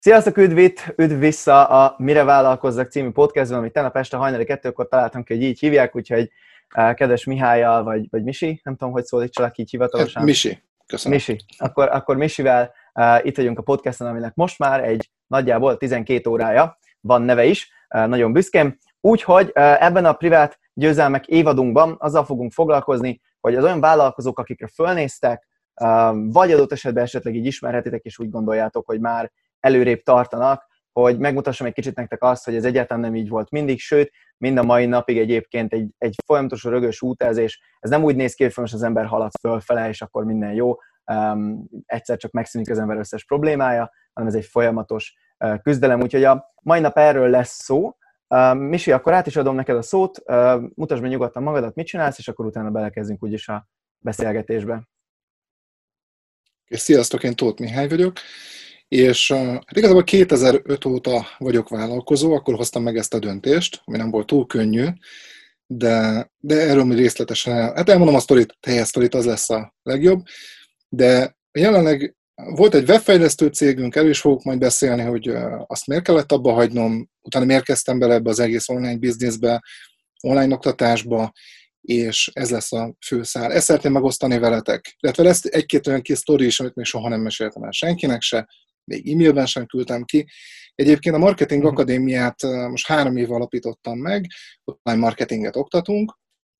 Sziasztok, üdv vissza a Mire vállalkozzak című podcastban, amit tegnap este hajnali 2-kor találtam ki, hogy így hívják, úgyhogy kedves Mihályjal, vagy Misi, nem tudom, hogy szólítsalak így hivatalosan. Misi, köszönöm. Misi. Akkor Misivel itt vagyunk a podcasten, aminek most már egy nagyjából 12 órája van neve is, nagyon büszkén. Úgyhogy ebben a privát győzelmek évadunkban azzal fogunk foglalkozni, hogy az olyan vállalkozók, akikre fölnéztek, vagy adott esetben esetleg így ismerhetitek, és úgy gondoljátok, hogy már előrébb tartanak, hogy megmutassam egy kicsit nektek azt, hogy ez egyáltalán nem így volt mindig, sőt, mind a mai napig egyébként egy folyamatos rögös útezés. Ez nem úgy néz ki, hogy most az ember halad fölfele, és akkor minden jó, egyszer csak megszűnik az ember összes problémája, hanem ez egy folyamatos küzdelem. Úgyhogy a mai nap erről lesz szó. Misi, akkor át is adom neked a szót, mutasd be nyugodtan magadat, mit csinálsz, és akkor utána belekezdünk úgyis a beszélgetésbe. Sziasztok, én Tóth Mihály vagyok, és hát igazából 2005 óta vagyok vállalkozó, akkor hoztam meg ezt a döntést, ami nem volt túl könnyű, de erről még részletesen elmondom a sztorit, teljes sztorit, az lesz a legjobb, de jelenleg volt egy webfejlesztő cégünk, erről is fogok majd beszélni, hogy azt miért kellett abba hagynom, utána miért kezdtem bele ebbe az egész online bizniszbe, online oktatásba, és ez lesz a főszál. Ezt szeretném megosztani veletek. Illetve lesz egy-két olyan kis sztori is, amit még soha nem meséltem el senkinek se, még e-mailben sem küldtem ki. Egyébként a Marketing Akadémiát most 3 éve alapítottam meg, online marketinget oktatunk,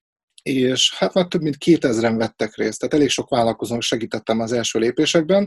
és hát már több mint 2000-en vettek részt, tehát elég sok vállalkozónak segítettem az első lépésekben,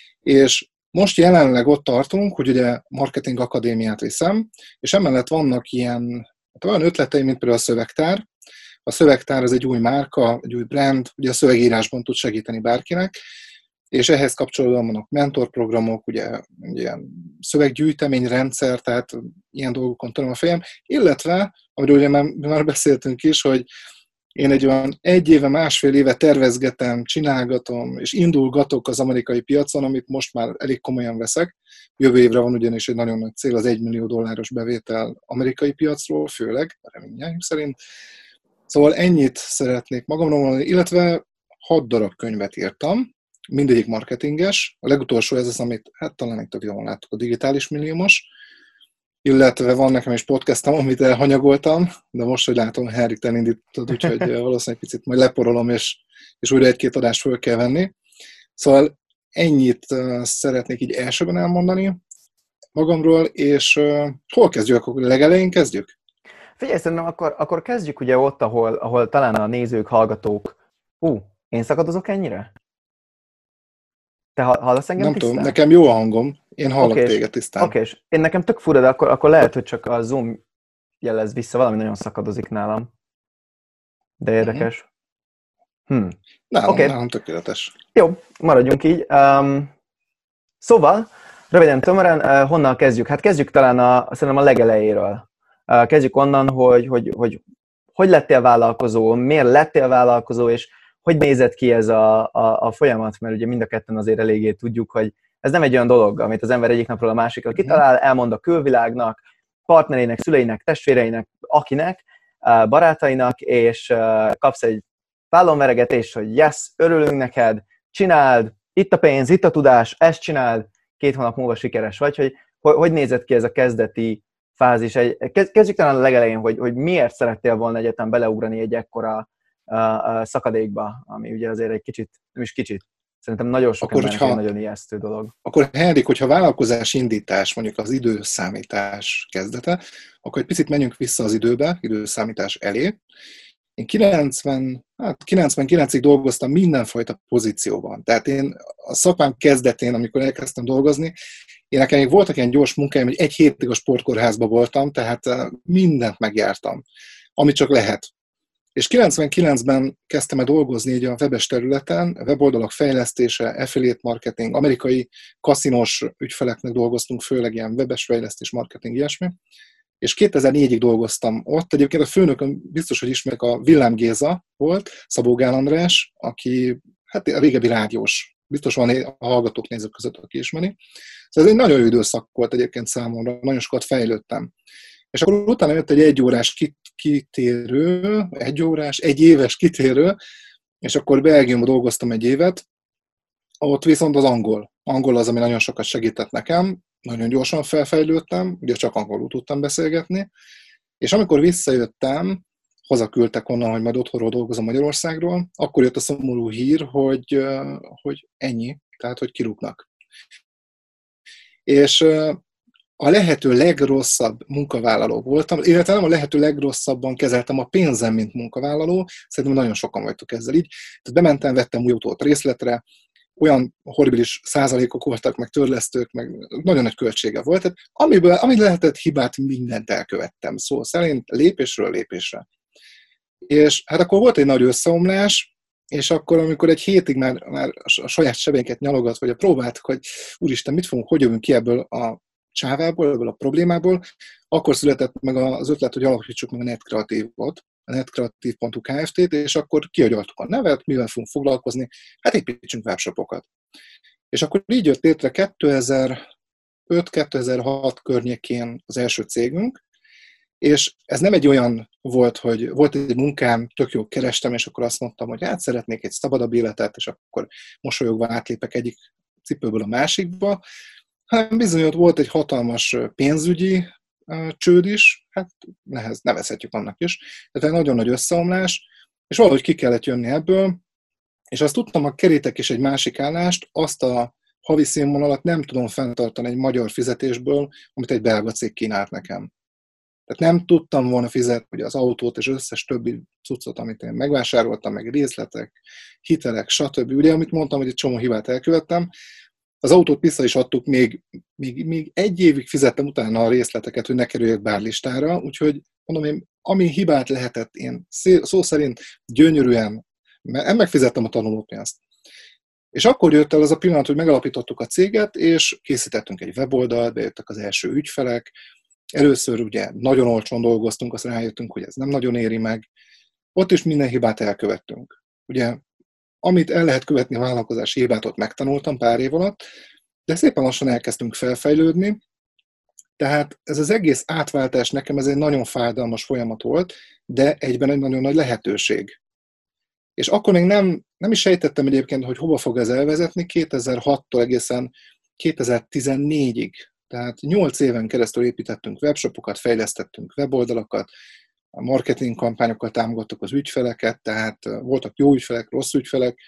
és most jelenleg ott tartunk, hogy ugye Marketing Akadémiát viszem, és emellett vannak ilyen olyan ötleteim, mint például a Szövegtár. A Szövegtár az egy új márka, egy új brand, ugye a szövegírásban tud segíteni bárkinek, és ehhez kapcsolódóan vannak mentorprogramok, ugye ilyen szöveggyűjteményrendszer, tehát ilyen dolgokon tudom a fejem, illetve, amiről ugye már beszéltünk is, hogy én egy olyan 1 éve, 1,5 éve tervezgetem, csinálgatom, és indulgatok az amerikai piacon, amit most már elég komolyan veszek. Jövő évre van ugyanis egy nagyon nagy cél, az $1 millió bevétel amerikai piacról, főleg, reményeim szerint. Szóval ennyit szeretnék magamról mondani, illetve 6 darab könyvet írtam, mindegyik marketinges. A legutolsó ez az, amit hát talán egy tök jól láttuk, a digitális milliómos, illetve van nekem is podcastom, amit elhanyagoltam, de most, hogy látom, Henrik, te indítod, úgyhogy valószínűleg picit majd leporolom, és újra 1-2 adást föl kell venni. Szóval ennyit szeretnék így elsőben elmondani magamról, és hol kezdjük? Akkor legelején kezdjük? Figyelj, szerintem akkor kezdjük ugye ott, ahol talán a nézők, hallgatók... Én szakadozok ennyire? Te hallasz engem tisztán? Nem tudom, nekem jó a hangom, én hallok téged tisztán. Oké, és én nekem tök fura, de akkor lehet, hogy csak a Zoom jelez vissza, valami nagyon szakadozik nálam. De érdekes. Nálam tökéletes. Jó, maradjunk így. Szóval, röviden, tömören, honnan kezdjük? Hát kezdjük talán szerintem a legelejéről. Kezdjük onnan, hogy lettél vállalkozó, miért lettél vállalkozó, és hogy nézett ki ez a folyamat, mert ugye mind a ketten azért eléggé tudjuk, hogy ez nem egy olyan dolog, amit az ember egyik napról a másikra kitalál, elmond a külvilágnak, partnereinek, szüleinek, testvéreinek, akinek, barátainak, és kapsz egy vállonveregetést, hogy yes, örülünk neked, csináld, itt a pénz, itt a tudás, ezt csináld, 2 hónap múlva sikeres vagy, hogy nézett ki ez a kezdeti fázis. Kezdjük talán a legelején, hogy miért szerettél volna egyetem beleugrani egy ekkora szakadékba, ami ugye azért egy kicsit, nem is kicsit, szerintem nagyon sok embernek egy nagyon ijesztő dolog. Akkor Henrik, hogyha vállalkozás indítás, mondjuk az időszámítás kezdete, akkor egy picit menjünk vissza az időbe, időszámítás elé. Én 99-ig dolgoztam mindenfajta pozícióban. Tehát én a szakmám kezdetén, amikor elkezdtem dolgozni, nekem még voltak ilyen gyors munkáim, hogy 1 hétig a sportkórházban voltam, tehát mindent megjártam, amit csak lehet. És 99-ben kezdtem el dolgozni így a webes területen, weboldalak fejlesztése, affiliate marketing, amerikai kaszinós ügyfeleknek dolgoztunk, főleg ilyen webes fejlesztés, marketing, ilyesmi. És 2004-ig dolgoztam ott. Egyébként a főnököm biztos, hogy ismerik, a Villám Géza volt, Szabó Gál András, aki hát a régebbi rádiós, biztos van a hallgatók, nézők között, aki ismeri. Szóval ez egy nagyon jó időszak volt egyébként számomra, nagyon sokat fejlődtem. És akkor utána jött egy 1 órás kitérő, 1 éves kitérő, és akkor Belgiumban dolgoztam 1 évet, ott viszont az angol az, ami nagyon sokat segített nekem, nagyon gyorsan felfejlődtem, ugye csak angolul tudtam beszélgetni, és amikor visszajöttem, hazaküldtek onnan, hogy majd otthonról dolgozom Magyarországról, akkor jött a szomorú hír, hogy ennyi, tehát hogy kirúgnak. És a lehető legrosszabb munkavállaló voltam, illetve nem a lehető legrosszabban kezeltem a pénzem, mint munkavállaló, szerintem nagyon sokan vagytok ezzel így. Tehát bementem, vettem új autót részletre, olyan horribilis százalékok voltak, meg törlesztők, meg nagyon nagy költsége volt. Tehát ami lehetett hibát, mindent elkövettem. Szó szerint lépésről lépésre. És hát akkor volt egy nagy összeomlás, és akkor, amikor egy hétig már a saját sebeinket nyalogat, vagy próbáltuk, hogy úristen, mit fogunk, hogy jövünk ki ebből a csávából, ebből a problémából, akkor született meg az ötlet, hogy alapítsuk meg a NetCreative-ot, a netcreative.hu Kft-t, és akkor kiagyaltuk a nevet, mivel fogunk foglalkozni, hát építsünk webshopokat. És akkor így jött létre 2005-2006 környékén az első cégünk, és ez nem egy olyan volt, hogy volt egy munkám, tök jó kerestem, és akkor azt mondtam, hogy hát szeretnék egy szabadabb életet, és akkor mosolyogva átlépek egyik cipőből a másikba, hanem bizony ott volt egy hatalmas pénzügyi csőd is, hát nevezhetjük annak is, tehát egy nagyon nagy összeomlás, és valahogy ki kellett jönni ebből, és azt tudtam, ha kerítek is egy másik állást, azt a havi színvonalat nem tudom fenntartani egy magyar fizetésből, amit egy belga cég kínált nekem. Tehát nem tudtam volna fizetni az autót és összes többi cuccot, amit én megvásároltam, meg részletek, hitelek, stb. Ugye, amit mondtam, hogy egy csomó hibát elkövettem, az autót vissza is adtuk, még egy évig fizettem utána a részleteket, hogy ne kerüljek bárlistára, úgyhogy mondom én, ami hibát lehetett, én szó szerint gyönyörűen, megfizettem a tanulópénzt. És akkor jött el az a pillanat, hogy megalapítottuk a céget, és készítettünk egy weboldalt, bejöttek az első ügyfelek. Először ugye nagyon olcsón dolgoztunk, aztán rájöttünk, hogy ez nem nagyon éri meg. Ott is minden hibát elkövettünk. Ugye, amit el lehet követni a vállalkozási hibát, ott megtanultam pár év alatt, de szépen lassan elkezdtünk felfejlődni. Tehát ez az egész átváltás nekem ez egy nagyon fájdalmas folyamat volt, de egyben egy nagyon nagy lehetőség. És akkor még nem is sejtettem egyébként, hogy hova fog ez elvezetni, 2006-tól egészen 2014-ig. Tehát 8 éven keresztül építettünk webshopokat, fejlesztettünk weboldalakat, a marketing kampányokkal támogattuk az ügyfeleket, tehát voltak jó ügyfelek, rossz ügyfelek.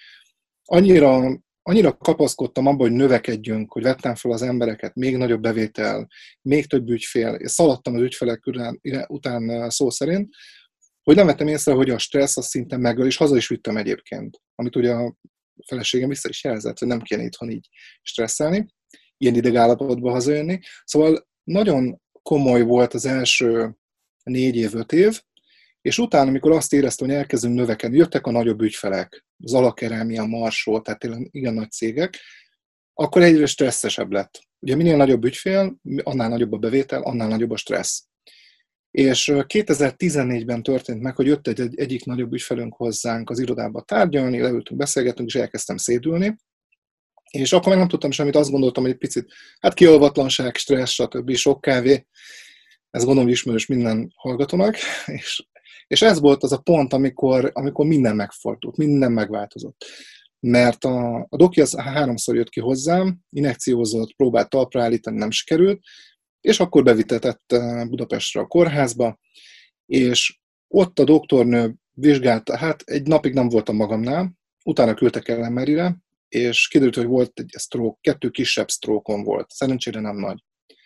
Annyira kapaszkodtam abba, hogy növekedjünk, hogy vettem fel az embereket, még nagyobb bevétel, még több ügyfél, és szaladtam az ügyfelek után szó szerint, hogy nem vettem észre, hogy a stressz az szinte megöl, és haza is vittem egyébként, amit ugye a feleségem vissza is jelzett, hogy nem kéne itthon így stresszelni, ilyen idegállapotba hazajönni. Szóval nagyon komoly volt az első 4 év, 5 év, és utána, amikor azt éreztem, hogy elkezdünk növekedni, jöttek a nagyobb ügyfelek, Zala Kerámia, Marsol, tehát tényleg igen nagy cégek, akkor egyre stresszesebb lett. Ugye minél nagyobb ügyfél, annál nagyobb a bevétel, annál nagyobb a stressz. És 2014-ben történt meg, hogy jött egyik nagyobb ügyfelünk hozzánk az irodába tárgyalni, leültünk, beszélgettünk, és elkezdtem szédülni. És akkor meg nem tudtam semmit, azt gondoltam, hogy egy picit, hát kialvatlanság, stressz, stb. Sok kávé, ez gondolom ismerős minden hallgatónak, és ez volt az a pont, amikor minden megfordult, minden megváltozott. Mert a doki az 3-szor jött ki hozzám, injekciózott, próbált talpra állítani, nem sikerült, és akkor bevitetett Budapestre a kórházba, és ott a doktornő vizsgálta, hát egy napig nem voltam magamnál, utána küldtek el MRI-re, és kiderült, hogy volt egy stroke, 2 kisebb stroke-on volt, szerencsére nem nagy.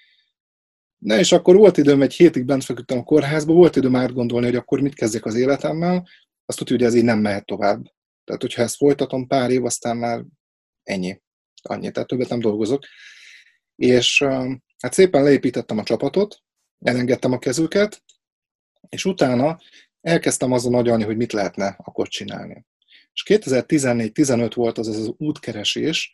Na és akkor volt időm, egy hétig bent feküdtem a kórházba, volt időm átgondolni, hogy akkor mit kezdjek az életemmel, azt tudja, hogy ez így nem mehet tovább. Tehát, hogyha ezt folytatom pár év, aztán már annyi, tehát többet nem dolgozok. És hát szépen leépítettem a csapatot, elengedtem a kezüket, és utána elkezdtem azon agyalni, hogy mit lehetne akkor csinálni. És 2014-15 volt az útkeresés,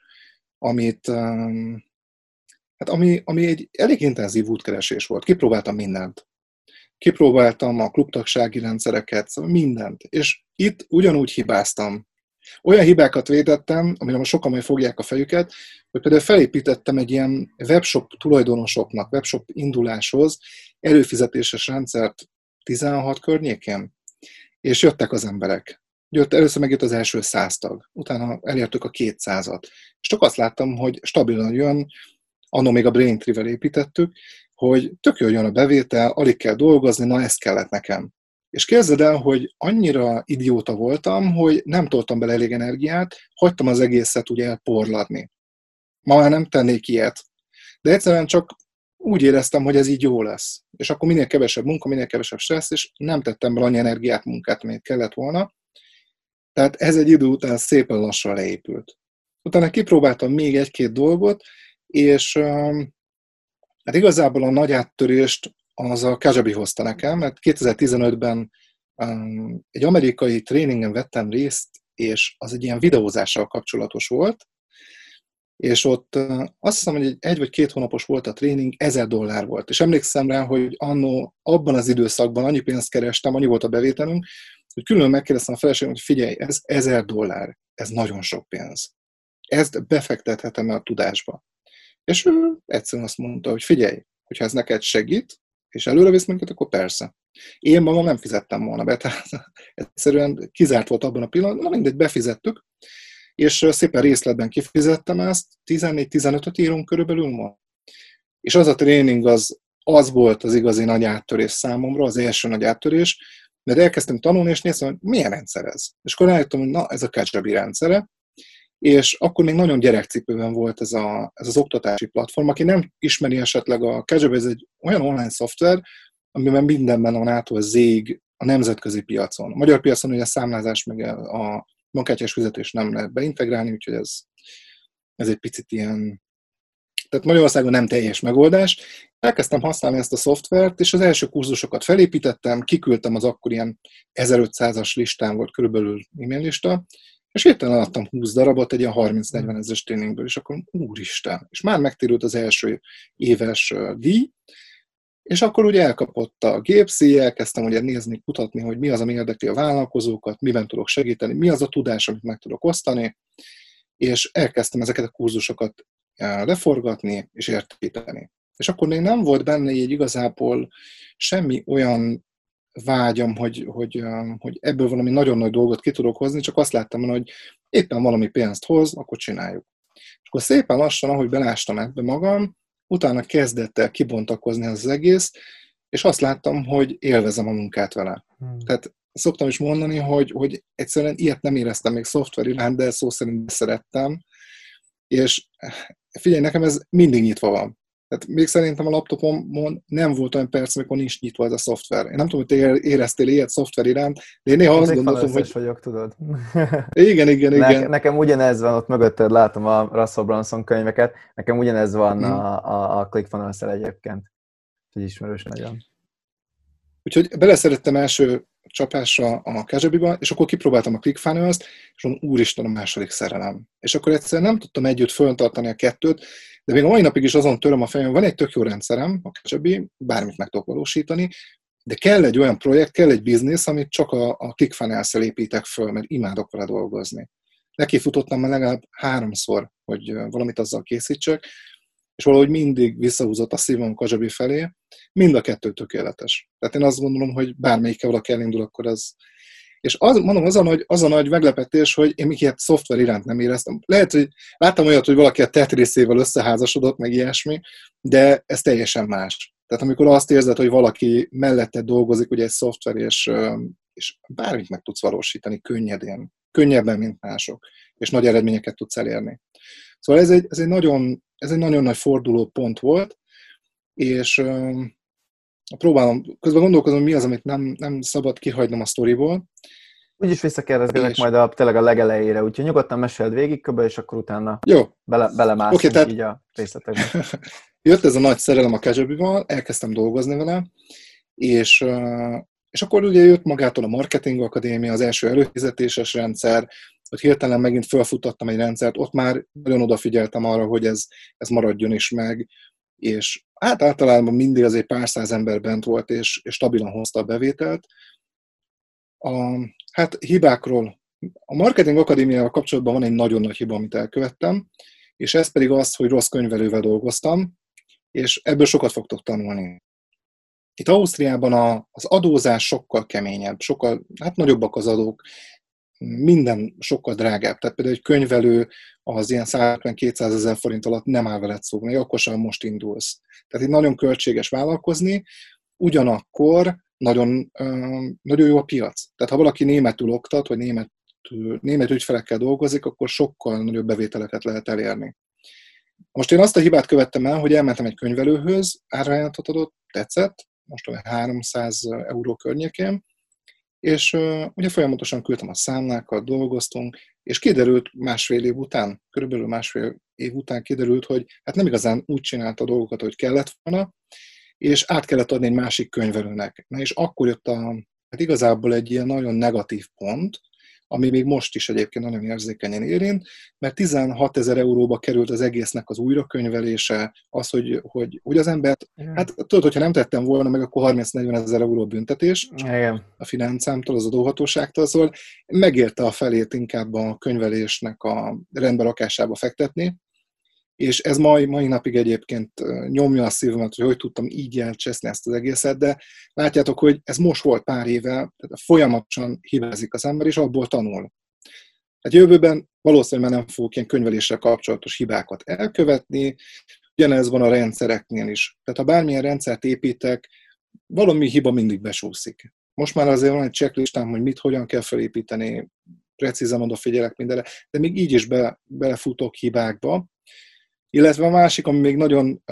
ami egy elég intenzív útkeresés volt. Kipróbáltam mindent. Kipróbáltam a klubtagsági rendszereket, szóval mindent. És itt ugyanúgy hibáztam. Olyan hibákat vétettem, amire most sokan majd fogják a fejüket, hogy például felépítettem egy ilyen webshop tulajdonosoknak, webshop induláshoz előfizetéses rendszert 16 környékén, és jöttek az emberek. Először megjött az első 100 tag, utána elértük a 200-at. És csak azt láttam, hogy stabilan jön Annól még a Braintree-vel építettük, hogy tök jól jön a bevétel, alig kell dolgozni, na ez kellett nekem. És képzeld el, hogy annyira idióta voltam, hogy nem toltam bele elég energiát, hagytam az egészet ugye elporladni. Ma már nem tennék ilyet. De egyszerűen csak úgy éreztem, hogy ez így jó lesz. És akkor minél kevesebb munka, minél kevesebb stressz, és nem tettem bele annyi energiát, munkát, amit kellett volna. Tehát ez egy idő után szépen lassan leépült. Utána kipróbáltam még egy-két dolgot, és hát igazából a nagy áttörést az a Kajabi hozta nekem, mert 2015-ben egy amerikai tréningen vettem részt, és az egy ilyen videózással kapcsolatos volt, és ott azt hiszem, hogy egy vagy 2 hónapos volt a tréning, $1000 volt. És emlékszem rá, hogy annó abban az időszakban annyi pénzt kerestem, annyi volt a bevételünk, hogy külön megkérdeztem a feleségem, hogy figyelj, ez $1000, ez nagyon sok pénz. Ezt befektethetem a tudásba. És ő egyszerűen azt mondta, hogy figyelj, hogyha ez neked segít, és előre visz minket, akkor persze. Én magam nem fizettem volna be, tehát egyszerűen kizárt volt abban a pillanatban, na mindegy, befizettük, és szépen részletben kifizettem ezt, 14-15-öt írunk körülbelül ma. És az a tréning az volt az igazi nagy áttörés számomra, az első nagy áttörés, mert elkezdtem tanulni, és néztem, hogy milyen rendszer ez. És akkor rájöttem, hogy na, ez a Kajabi rendszere, és akkor még nagyon gyerekcipőben volt ez az oktatási platform. Aki nem ismeri esetleg, a Kajabi, ez egy olyan online szoftver, amiben mindenben van ától Z-ig a nemzetközi piacon. A magyar piacon ugye a számlázás meg a bankkártyás fizetés nem lehet beintegrálni, úgyhogy ez egy picit ilyen... Tehát Magyarországon nem teljes megoldás. Elkezdtem használni ezt a szoftvert, és az első kurzusokat felépítettem, kiküldtem az akkor ilyen 1500-as listán volt körülbelül e-mail lista, és hirtelen adtam 20 darabot egy ilyen 30-40 ezeres tréningből, és akkor úristen, és már megtérült az első éves díj, és akkor ugye elkapott a gépszíj, elkezdtem ugye nézni, kutatni, hogy mi az, ami érdekli a vállalkozókat, miben tudok segíteni, mi az a tudás, amit meg tudok osztani, és elkezdtem ezeket a kurzusokat leforgatni és értékíteni. És akkor még nem volt benne így igazából semmi olyan vágyam, hogy ebből valami nagyon nagy dolgot ki tudok hozni, csak azt láttam, hogy éppen valami pénzt hoz, akkor csináljuk. És akkor szépen lassan, ahogy belástam ebbe magam, utána kezdett el kibontakozni az egész, és azt láttam, hogy élvezem a munkát vele. Tehát szoktam is mondani, hogy egyszerűen ilyet nem éreztem még szoftver iránt, de szó szerint szerettem, és figyelj, nekem ez mindig nyitva van. Tehát még szerintem a laptopomon nem volt olyan perc, amikor nincs nyitva ez a szoftver. Én nem tudom, hogy te éreztél ilyet szoftver iránt, de én néha azt gondoltam, hogy... vagyok, tudod. Igen. Nekem ugyanez van, ott mögötted látom a Russell Brunson könyveket, nekem ugyanez van a ClickFunnels-szel egyébként. Úgyhogy ismerős nagyon. Úgyhogy beleszerettem első csapásra a Kajabiba, és akkor kipróbáltam a ClickFunnels-t, és mondom, úristen, a második szerelem. És akkor egyszerűen nem tudtam együtt föltartani a kettőt, de még a mai napig is azon töröm a fejem, van egy tök jó rendszerem, a Kajabi, bármit meg tudok valósítani, de kell egy olyan projekt, kell egy biznisz, amit csak a ClickFunnels-szel építek föl, mert imádok vele dolgozni. Nekifutottam már legalább 3-szor, hogy valamit azzal készítsek, és valahogy mindig visszahúzott a szívem Kajabi felé, mind a kettő tökéletes. Tehát én azt gondolom, hogy bármelyikkel valaki elindul, akkor az... És mondom, az a nagy meglepetés, hogy én még ilyet szoftver iránt nem éreztem. Lehet, hogy láttam olyat, hogy valaki a Tetris-ével összeházasodott, meg ilyesmi, de ez teljesen más. Tehát amikor azt érzed, hogy valaki mellette dolgozik, ugye egy szoftver, és bármit meg tudsz valósítani könnyedén, könnyebben, mint mások, és nagy eredményeket tudsz elérni. Szóval ez egy nagyon nagy fordulópont volt, és közben gondolkozom, mi az, amit nem szabad kihagynom a sztoriból. Úgyis visszakérdezgelek majd tényleg a legelejére, úgyhogy nyugodtan meséld végig köbben, és akkor utána belemászunk így a részletekbe. Jött ez a nagy szerelem a Kajabival, elkezdtem dolgozni vele, és akkor ugye jött magától a Marketing Akadémia, az első előfizetéses rendszer, hogy hirtelen megint felfuttattam egy rendszert, ott már nagyon odafigyeltem arra, hogy ez maradjon is meg, és hát általában mindig azért pár száz ember bent volt, és stabilan hozta a bevételt. Hát hibákról. A Marketing Akadémiával kapcsolatban van egy nagyon nagy hiba, amit elkövettem, és ez pedig az, hogy rossz könyvelővel dolgoztam, és ebből sokat fogtok tanulni. Itt Ausztriában az adózás sokkal keményebb, sokkal nagyobbak az adók. minden sokkal drágább. Tehát például egy könyvelő az ilyen 150-200 ezer forint alatt nem áll veled szóval, akkor sem most indulsz. Tehát itt nagyon költséges vállalkozni, ugyanakkor nagyon, nagyon jó a piac. Tehát ha valaki németül oktat, vagy német ügyfelekkel dolgozik, akkor sokkal nagyobb bevételeket lehet elérni. Most én azt a hibát követtem el, hogy elmentem egy könyvelőhöz, árajánlatot adott, tetszett, most olyan 300 euró környékén, és ugye folyamatosan küldtem a számlákat, dolgoztunk, és kiderült másfél év után, körülbelül másfél év után kiderült, hogy hát nem igazán úgy csinálta a dolgokat, hogy kellett volna, és át kellett adni egy másik könyvelőnek. Na és akkor jött hát igazából egy ilyen nagyon negatív pont, ami még most is egyébként nagyon érzékenyen érint, mert 16 ezer euróba került az egésznek az újrakönyvelése, az, hogy az embert, hát tudod, hogyha nem tettem volna meg, akkor 30-40 ezer euró büntetés a financámtól, az adóhatóságtól, szóval megérte a felét inkább a könyvelésnek a rendbe rakásába fektetni, és ez mai napig egyébként nyomja a szívemet, hogy tudtam így elcseszni ezt az egészet, de látjátok, hogy ez most volt pár éve, tehát folyamatosan hibázik az ember, és abból tanul. Hát jövőben valószínűleg már nem fogok ilyen könyveléssel kapcsolatos hibákat elkövetni, ugyanez van a rendszereknél is. Tehát ha bármilyen rendszert építek, valami hiba mindig besúszik. Most már azért van egy checklistám, hogy mit, hogyan kell felépíteni, precízen odafigyelek mindenre, de még így is belefutok hibákba. Illetve a másik, ami még nagyon,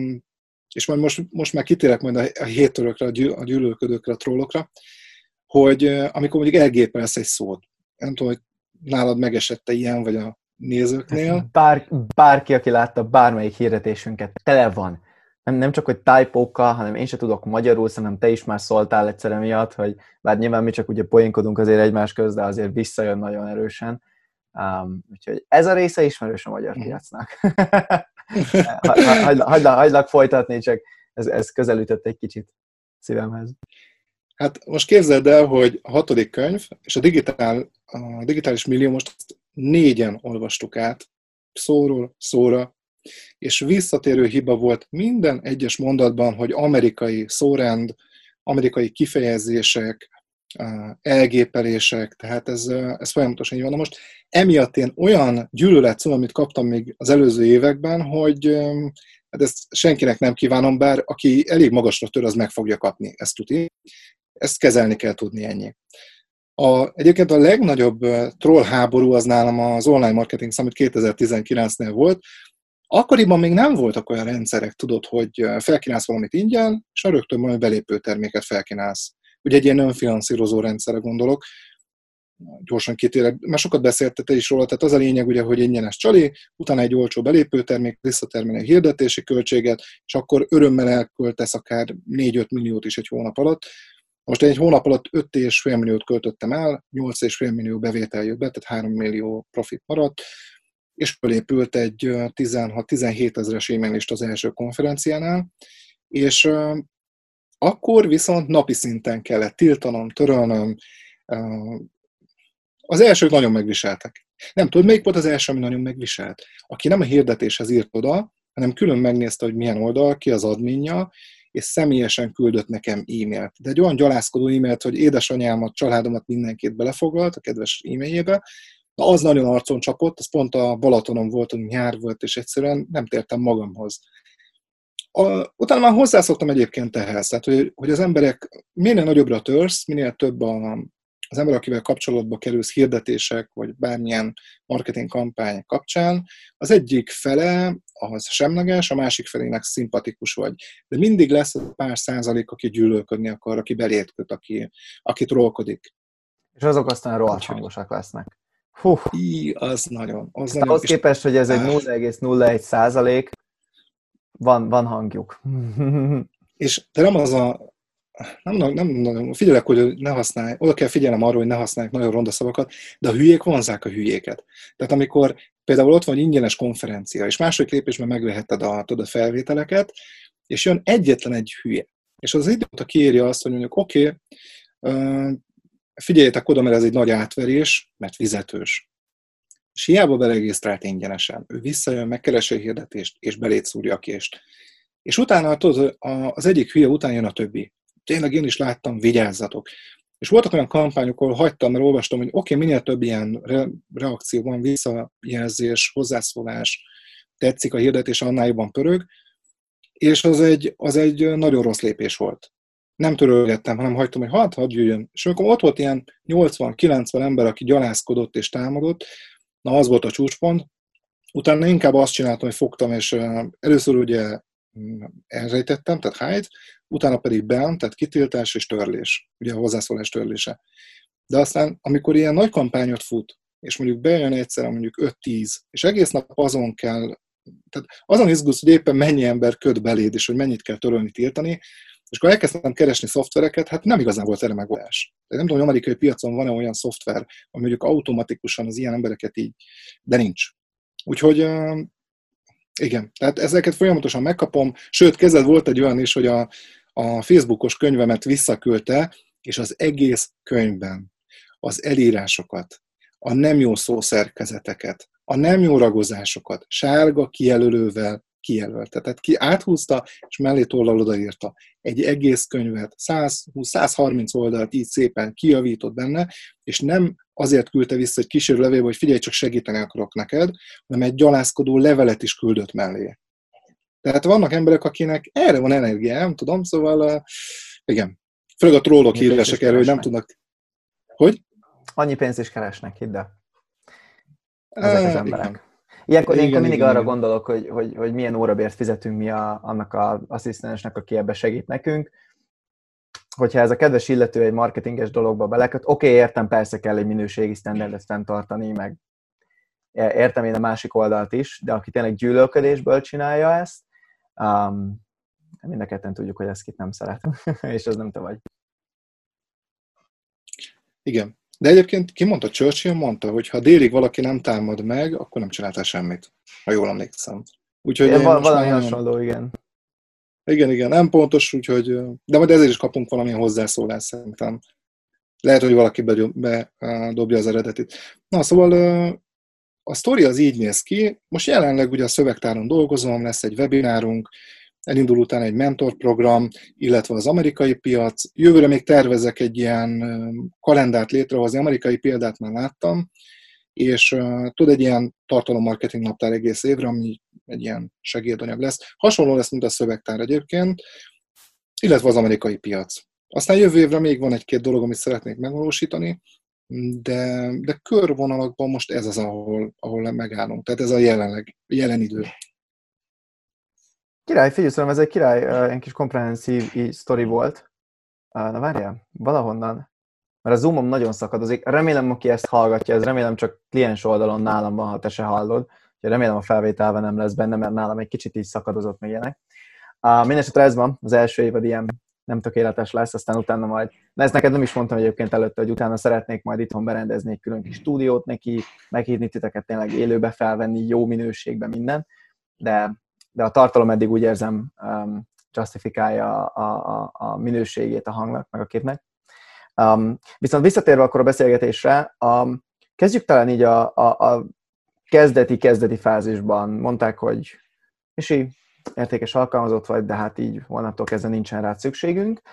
és majd most már kitérek majd a hétörökre, a gyűlölködőkre, a trollokra, hogy amikor mondjuk elgépelsz egy szót, nem tudom, hogy nálad megesette ilyen, vagy a nézőknél. Bárki, aki látta bármelyik hirdetésünket, tele van. Nem csak, hogy typókkal, hanem én sem tudok magyarul, szerintem te is már szóltál egyszer emiatt, hogy bár nyilván mi csak ugye poénkodunk azért egymás közt, de azért visszajön nagyon erősen. Úgyhogy ez a része ismerős a magyar piacnak. Hagylak folytatni, csak ez közelütött egy kicsit szívemhez. Hát most képzeld el, hogy a 6. könyv, és a digitális millió most 4-en olvastuk át, szóról szóra, és visszatérő hiba volt minden egyes mondatban, hogy amerikai szórend, amerikai kifejezések, elgépelések, tehát ez folyamatosan így van. Na most emiatt én olyan gyűlölet szó, amit kaptam még az előző években, hogy hát ezt senkinek nem kívánom, bár aki elég magasra tör, az meg fogja kapni, ezt tudni. Ezt kezelni kell tudni, ennyi. Egyébként a legnagyobb troll háború az nálam az Online Marketing Summit 2019-nél volt. Akkoriban még nem voltak olyan rendszerek, tudod, hogy felkínálsz valamit ingyen, és rögtön valami belépő terméket felkínálsz. Ugye egy ilyen önfinanszírozó rendszerre gondolok, gyorsan kitérek, már sokat beszéltél te is róla, tehát az a lényeg, ugye, hogy ingyenes csali, utána egy olcsó belépőtermék, visszatermelni a hirdetési költséget, és akkor örömmel elköltesz akár 4-5 milliót is egy hónap alatt. Most egy hónap alatt 5,5 milliót költöttem el, 8,5 millió bevétel jött be, tehát 3 millió profit maradt, és fölépült egy 16-17 ezeres e-mail list az első konferenciánál, és akkor viszont napi szinten kellett tiltanom, törölnöm. Az elsők nagyon megviseltek. Nem tudod, melyik volt az első, ami nagyon megviselt? Aki nem a hirdetéshez írt oda, hanem külön megnézte, hogy milyen oldal, ki az adminja, és személyesen küldött nekem e-mailt. De egy olyan gyalázkodó e-mailt, hogy édesanyámat, családomat, mindenkit belefoglalt a kedves e-mailjébe. Na, az nagyon arcon csapott, az pont a Balatonon volt, hogy nyár volt, és egyszerűen nem tértem magamhoz. Utána már hozzászoktam egyébként ehhez, tehát hogy az emberek minél nagyobbra törsz, minél több az ember, akivel kapcsolatba kerülsz hirdetések, vagy bármilyen marketing kampány kapcsán, az egyik fele az semleges, a másik felének szimpatikus vagy. De mindig lesz pár százalék, aki gyűlölködni akar, aki belét köt, aki trollkodik. És azok aztán rohadt hangosak lesznek. Az nagyon. Ahhoz képest, hogy ez egy 0,01%, van hangjuk. És de nem az nem figyelek, hogy ne használj, oda kell figyelnem arra, hogy ne használják nagyon ronda szavakat, de a hülyék vonzzák a hülyéket. Tehát amikor például ott van ingyenes konferencia, és második lépésben megveheted a felvételeket, és jön egyetlen egy hülye. És az idióta kiírja azt, hogy mondjuk oké, figyeljetek oda, mert ez egy nagy átverés, mert fizetős. És hiába beregisztrált ingyenesen. Ő visszajön, megkeresi a hirdetést, és belét szúrja a kést. És utána tudod, az egyik hülye után jön a többi. Tényleg én is láttam, vigyázzatok. És voltak olyan kampányok, ahol hagytam, mert olvastam, hogy oké, minél több ilyen reakció van, visszajelzés, hozzászólás, tetszik a hirdetés, annál jobban pörög, és az egy nagyon rossz lépés volt. Nem törölgettem, hanem hagytam, hogy hadd jöjjön. És amikor ott volt ilyen 80-90 ember, aki gyalázkodott és támadott, na az volt a csúcspont. Utána inkább azt csináltam, hogy fogtam, és először ugye elrejtettem, tehát hide, utána pedig ban, tehát kitiltás és törlés, ugye a hozzászólás törlése. De aztán, amikor ilyen nagy kampányot fut, és mondjuk bejön egyszerre mondjuk 5-10, és egész nap azon kell, tehát azon izgulsz, hogy éppen mennyi ember köt beléd, és hogy mennyit kell törölni, tiltani, és akkor elkezdtem keresni szoftvereket, hát nem igazán volt erre megoldás. Nem tudom, hogy amerikai piacon van-e olyan szoftver, ami mondjuk automatikusan az ilyen embereket így, de nincs. Úgyhogy igen, tehát ezeket folyamatosan megkapom, sőt, kezdet volt egy olyan is, hogy a Facebookos könyvemet visszaküldte, és az egész könyvben az elírásokat, a nem jó szószerkezeteket, a nem jó ragozásokat sárga kijelölővel kijelölte. Tehát ki áthúzta, és mellé tollal odaírta. Egy egész könyvet, 120-130 oldalt így szépen kijavított benne, és nem azért küldte vissza egy kísérő levélbe, hogy figyelj, csak segíteni akarok neked, hanem egy gyalázkodó levelet is küldött mellé. Tehát vannak emberek, akinek erre van energia, nem tudom, szóval igen. Főleg a trollok híresek erről, hogy nem tudnak... Hogy? Annyi pénzt is keresnek, hidd el. Ezek az emberek. Ilyenkor mindig arra gondolok, hogy milyen órabért fizetünk mi annak az asszisztensnek, aki ebbe segít nekünk. Hogyha ez a kedves illető egy marketinges dologba beleköt, oké, értem, persze kell egy minőségi sztenderdet fenntartani, meg értem én a másik oldalt is, de aki tényleg gyűlölködésből csinálja ezt, mind a ketten tudjuk, hogy ezt kit nem szeret, és az nem te vagy. Igen. De egyébként ki mondta? Churchill mondta, hogy ha délig valaki nem támad meg, akkor nem csináltál semmit, ha jól emlékszem. Úgyhogy valami hasonló, igen. Igen, nem pontos, úgyhogy... De majd ezért is kapunk valamilyen hozzászólást szerintem. Lehet, hogy valaki bedobja az eredetit. Na, szóval a sztori az így néz ki. Most jelenleg ugye a szövegtáron dolgozom, lesz egy webinárunk, elindul utána egy mentorprogram, illetve az amerikai piac. Jövőre még tervezek egy ilyen kalendárt létrehozni, amerikai példát már láttam, és tud egy ilyen tartalommarketing naptár egész évre, ami egy ilyen segédanyag lesz. Hasonló lesz, mint a szövegtár egyébként, illetve az amerikai piac. Aztán jövő évre még van egy-két dolog, amit szeretnék megvalósítani, de körvonalakban most ez az, ahol megállunk. Tehát ez a jelen idő. Király, figyelj, szerintem ez egy király, egy kis komprehenszív sztori volt. Na várjál, valahonnan. Mert a Zoom-om nagyon szakadozik. Remélem, aki ezt hallgatja, ez remélem csak kliens oldalon nálam van, ha te se hallod. Remélem a felvételben nem lesz benne, mert nálam egy kicsit így szakadozott még ilyenek. Mindenesetre ez van, az első évad ilyen nem tökéletes lesz, aztán utána majd, de ezt neked nem is mondtam egyébként előtte, hogy utána szeretnék majd itthon berendezni egy külön kis stúdiót neki, meghívni titeket tényleg élőbe felvenni, jó minőségben minden, de a tartalom eddig úgy érzem justifikálja a minőségét a hangnak, meg a képnek. Viszont visszatérve akkor a beszélgetésre, kezdjük talán így a kezdeti fázisban. Mondták, hogy értékes alkalmazott vagy, de hát így holnaptól kezdve nincsen rá szükségünk.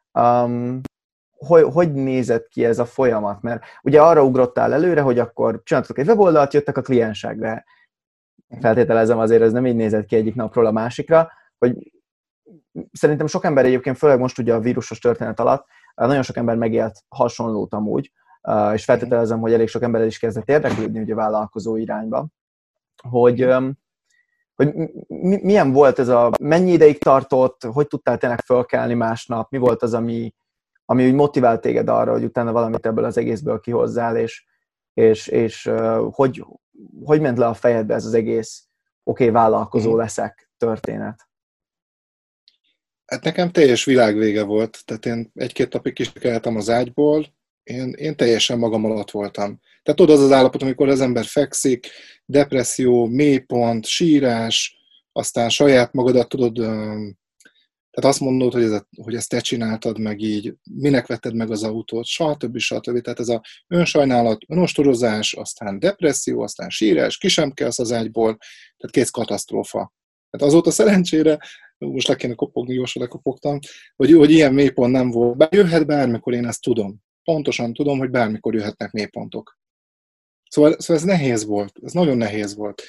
Hogy nézett ki ez a folyamat? Mert ugye arra ugrottál előre, hogy akkor csináltatok egy weboldalt, jöttek a kliensek, de feltételezem azért ez nem így nézett ki egyik napról a másikra, hogy szerintem sok ember egyébként, főleg most ugye a vírusos történet alatt, nagyon sok ember megélt hasonlót amúgy, és feltételezem, hogy elég sok ember is kezdett érdeklődni ugye vállalkozó irányba, hogy milyen volt ez mennyi ideig tartott, hogy tudtál tényleg fölkelni másnap, mi volt az, ami úgy motivált téged arra, hogy utána valamit ebből az egészből kihozzál, és hogy ment le a fejedbe ez az egész vállalkozó leszek történet? Hát nekem teljes világvége volt, tehát én egy-két napig kikeltem az ágyból, én teljesen magam alatt voltam. Tehát tudod, az az állapot, amikor az ember fekszik, depresszió, mélypont, sírás, aztán saját magadat tudod, tehát azt mondod, hogy ezt te csináltad meg így, minek vetted meg az autót, stb. Tehát ez a önsajnálat, önostorozás, aztán depresszió, aztán sírás, ki sem kelsz az ágyból, tehát kész katasztrófa. Tehát azóta szerencsére, most le kéne kopogni, gyorsan lekopogtam, hogy ilyen mélypont nem volt. Bár jöhet bármikor, én ezt tudom. pontosan tudom, hogy bármikor jöhetnek mélypontok. Szóval ez nehéz volt, ez nagyon nehéz volt.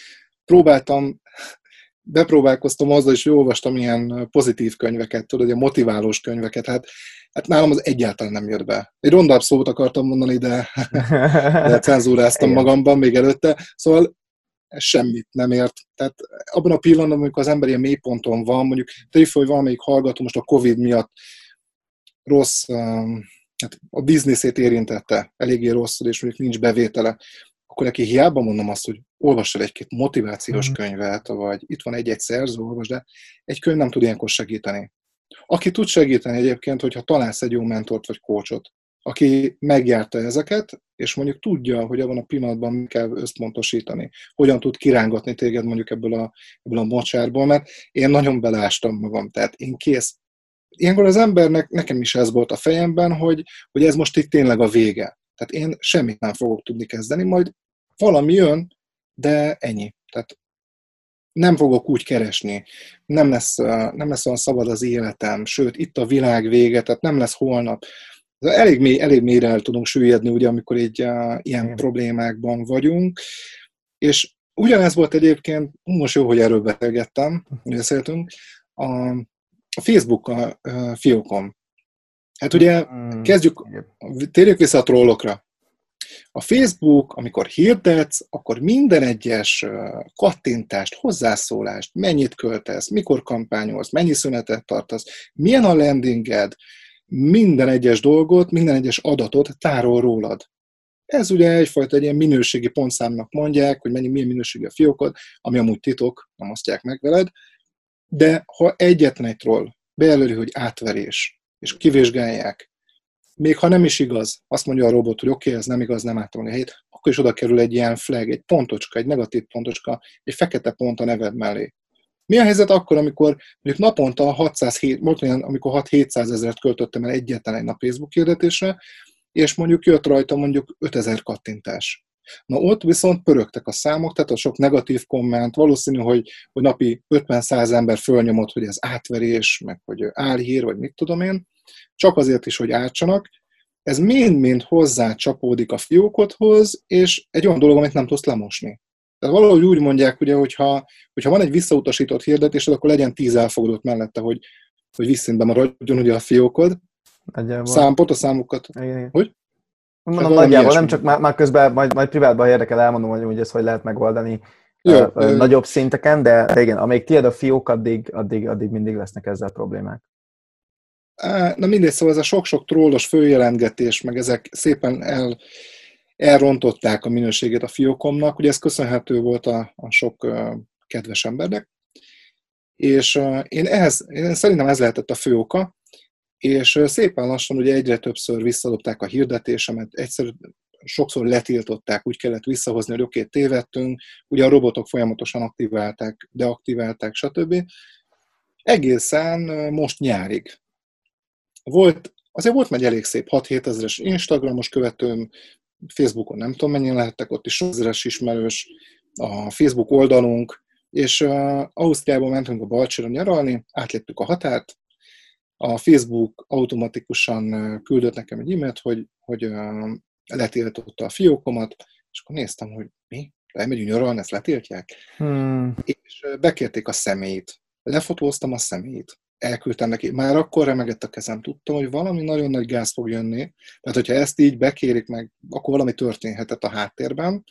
Bepróbálkoztam azzal is, hogy olvastam ilyen pozitív könyveket, tudod, ilyen motiválós könyveket, hát nálam az egyáltalán nem jött be. Egy rondább szót akartam mondani, de cenzúráztam magamban még előtte, szóval ez semmit nem ért. Tehát abban a pillanatban, amikor az ember ilyen mélyponton van, mondjuk tegyük fel, hogy valamelyik hallgató most a Covid miatt rossz, hát a bizniszét érintette, eléggé rosszul, és mondjuk nincs bevétele, akkor neki hiába mondom azt, hogy olvass el egy-két motivációs könyvet, vagy itt van egy-egy szerző, olvasd, de egy könyv nem tud ilyenkor segíteni. Aki tud segíteni egyébként, hogyha találsz egy jó mentort vagy coachot, aki megjárta ezeket, és mondjuk tudja, hogy abban a pillanatban mi kell összpontosítani, hogyan tud kirángatni téged mondjuk ebből a mocsárból, mert én nagyon beleástam magam, tehát én kész. Ilyenkor az embernek, nekem is ez volt a fejemben, hogy ez most itt tényleg a vége. Tehát én semmit nem fogok tudni kezdeni, majd valami jön, de ennyi. Tehát nem fogok úgy keresni, nem lesz olyan szabad az életem, sőt, itt a világ vége, tehát nem lesz holnap. Elég mélyre el tudunk süllyedni, ugye, amikor így ilyen problémákban vagyunk, és ugyanez volt egyébként, most jó, hogy erről beszéltünk, a Facebook fiókom. Hát ugye térjük vissza a trollokra. A Facebook, amikor hirdetsz, akkor minden egyes kattintást, hozzászólást, mennyit költesz, mikor kampányolsz, mennyi szünetet tartasz, milyen a landinged, minden egyes dolgot, minden egyes adatot tárol rólad. Ez ugye egyfajta egy ilyen minőségi pontszámnak mondják, hogy milyen minőségi a fiókod, ami amúgy titok, nem osztják meg veled, de ha egyetlen egy troll bejelöli, hogy átverés, és kivizsgálják, még ha nem is igaz, azt mondja a robot, hogy oké, ez nem igaz, nem átolni a helyét, akkor is oda kerül egy ilyen flag, egy pontocska, egy negatív pontocska, egy fekete pont a neved mellé. Mi a helyzet akkor, amikor mondjuk naponta 600-700 ezeret költöttem el egyetlen egy nap Facebook hirdetésre, és mondjuk jött rajta mondjuk 5000 kattintás. Na ott viszont pörögtek a számok, tehát a sok negatív komment, valószínű, hogy napi 50-100 ember fölnyomott, hogy ez átverés, meg hogy álhír, vagy mit tudom én, csak azért is, hogy ártsanak. Ez mind-mind hozzá csapódik a fiókodhoz, és egy olyan dolog, amit nem tudsz lemosni. Tehát valahogy úgy mondják, ugye, hogyha van egy visszautasított hirdetésed, akkor legyen 10 elfogadott mellette, hogy visszintben maradjon ugye a fiókod. Pont a számokat. Igen. Hogy? Mondom, nagyjából, nem csak már közben, majd privátban érdekel, elmondom, hogy ezt hogy lehet megoldani nagyobb szinteken, de igen, amíg tiéd a fiók, addig mindig lesznek ezzel problémák. Na mindegy, szóval ez a sok-sok trollos följelentgetés, meg ezek szépen elrontották a minőségét a fiókomnak, ugye ez köszönhető volt a sok kedves embernek, és én szerintem ez lehetett a fő oka, és szépen lassan ugye egyre többször visszadobták a hirdetésemet, sokszor letiltották, úgy kellett visszahozni, hogy oké, tévedtünk, ugye a robotok folyamatosan aktiválták, deaktiválták, stb. Egészen most nyárig. Azért volt egy elég szép 6-7 ezeres Instagramos követőm, Facebookon nem tudom mennyien lehettek, ott is 1000 ismerős, a Facebook oldalunk, és Ausztriából mentünk a Balcsira nyaralni, átléptük a határt, a Facebook automatikusan küldött nekem egy e-mailt, hogy letiltotta a fiókomat, és akkor néztem, hogy mi? Elmegyünk nyaralni, ezt letiltják? És bekérték a személyét. Lefotóztam a személyét. Elküldtem neki. Már akkor remegett a kezem. Tudtam, hogy valami nagyon nagy gáz fog jönni. Tehát, hogyha ezt így bekérik meg, akkor valami történhetett a háttérben.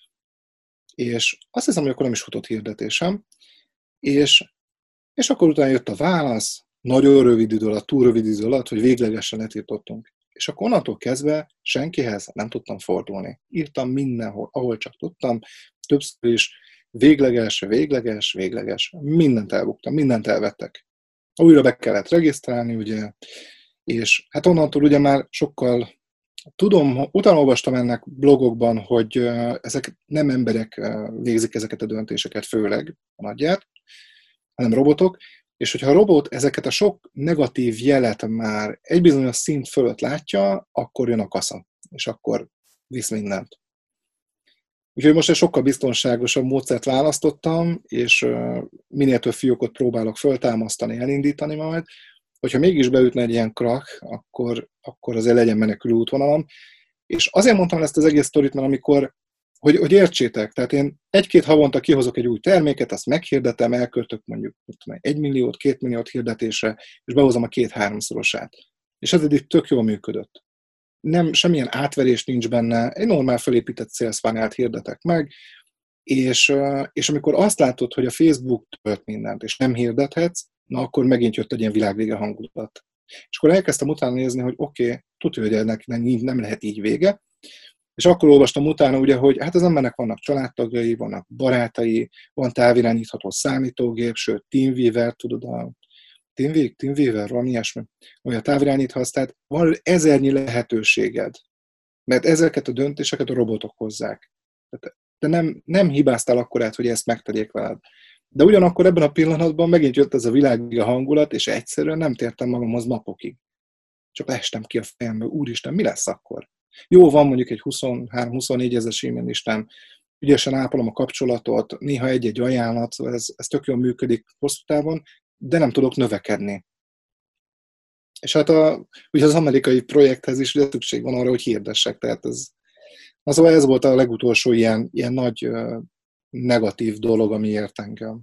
És azt hiszem, hogy akkor nem is futott hirdetésem. És akkor utána jött a válasz, nagyon rövid idő alatt, túl rövid idő alatt, hogy véglegesen letiltottunk. És akkor onnantól kezdve senkihez nem tudtam fordulni. Írtam mindenhol, ahol csak tudtam, többször is végleges, mindent elbuktam, mindent elvettek. Újra be kellett regisztrálni, ugye, és hát onnantól ugye már sokkal utána olvastam ennek blogokban, hogy ezek nem emberek végzik ezeket a döntéseket, főleg a nagyját, hanem robotok, és hogyha a robot ezeket a sok negatív jelet már egy bizonyos szint fölött látja, akkor jön a kasza, és akkor visz mindent. Úgyhogy most egy sokkal biztonságosabb módszert választottam, és minél több fiókot próbálok föltámasztani, elindítani majd, hogyha mégis beütne egy ilyen krak, akkor azért legyen menekülő útvonalam. És azért mondtam ezt az egész sztorit, mert amikor, hogy értsétek, tehát én 1-2 havonta kihozok egy új terméket, azt meghirdetem, elköltök mondjuk 1 milliót, 2 milliót hirdetésre, és behozom a 2-3-szorosát. És ez eddig tök jól működött. Nem, semmilyen átverés nincs benne, egy normál felépített sales funnelt hirdetek meg, és amikor azt látod, hogy a Facebook tölt mindent, és nem hirdethetsz, na akkor megint jött egy ilyen világvége hangulat. És akkor elkezdtem utána nézni, hogy oké, tudja, hogy ennek nem lehet így vége, és akkor olvastam utána, ugye, hogy hát az embernek vannak családtagjai, vannak barátai, van távirányítható számítógép, sőt, TeamViewer, tudod, a TeamViewer, valami ilyesmi, olyan távirányíthatsz, tehát van ezernyi lehetőséged, mert ezeket a döntéseket a robotok hozzák. De nem hibáztál akkorát, hogy ezt megtegyék veled. De ugyanakkor ebben a pillanatban megint jött ez a világi hangulat, és egyszerűen nem tértem magamhoz napokig. Csak leestem ki a fejemből, úristen, mi lesz akkor? Jó, van mondjuk egy 23-24 ezer e-mail listám, ügyesen ápolom a kapcsolatot, néha egy-egy ajánlat, ez tök jól működik hosszú távon, de nem tudok növekedni. És hát ugye az amerikai projekthez is ugye szükség van arra, hogy hirdessek, tehát ez volt a legutolsó ilyen nagy negatív dolog, ami ért engem.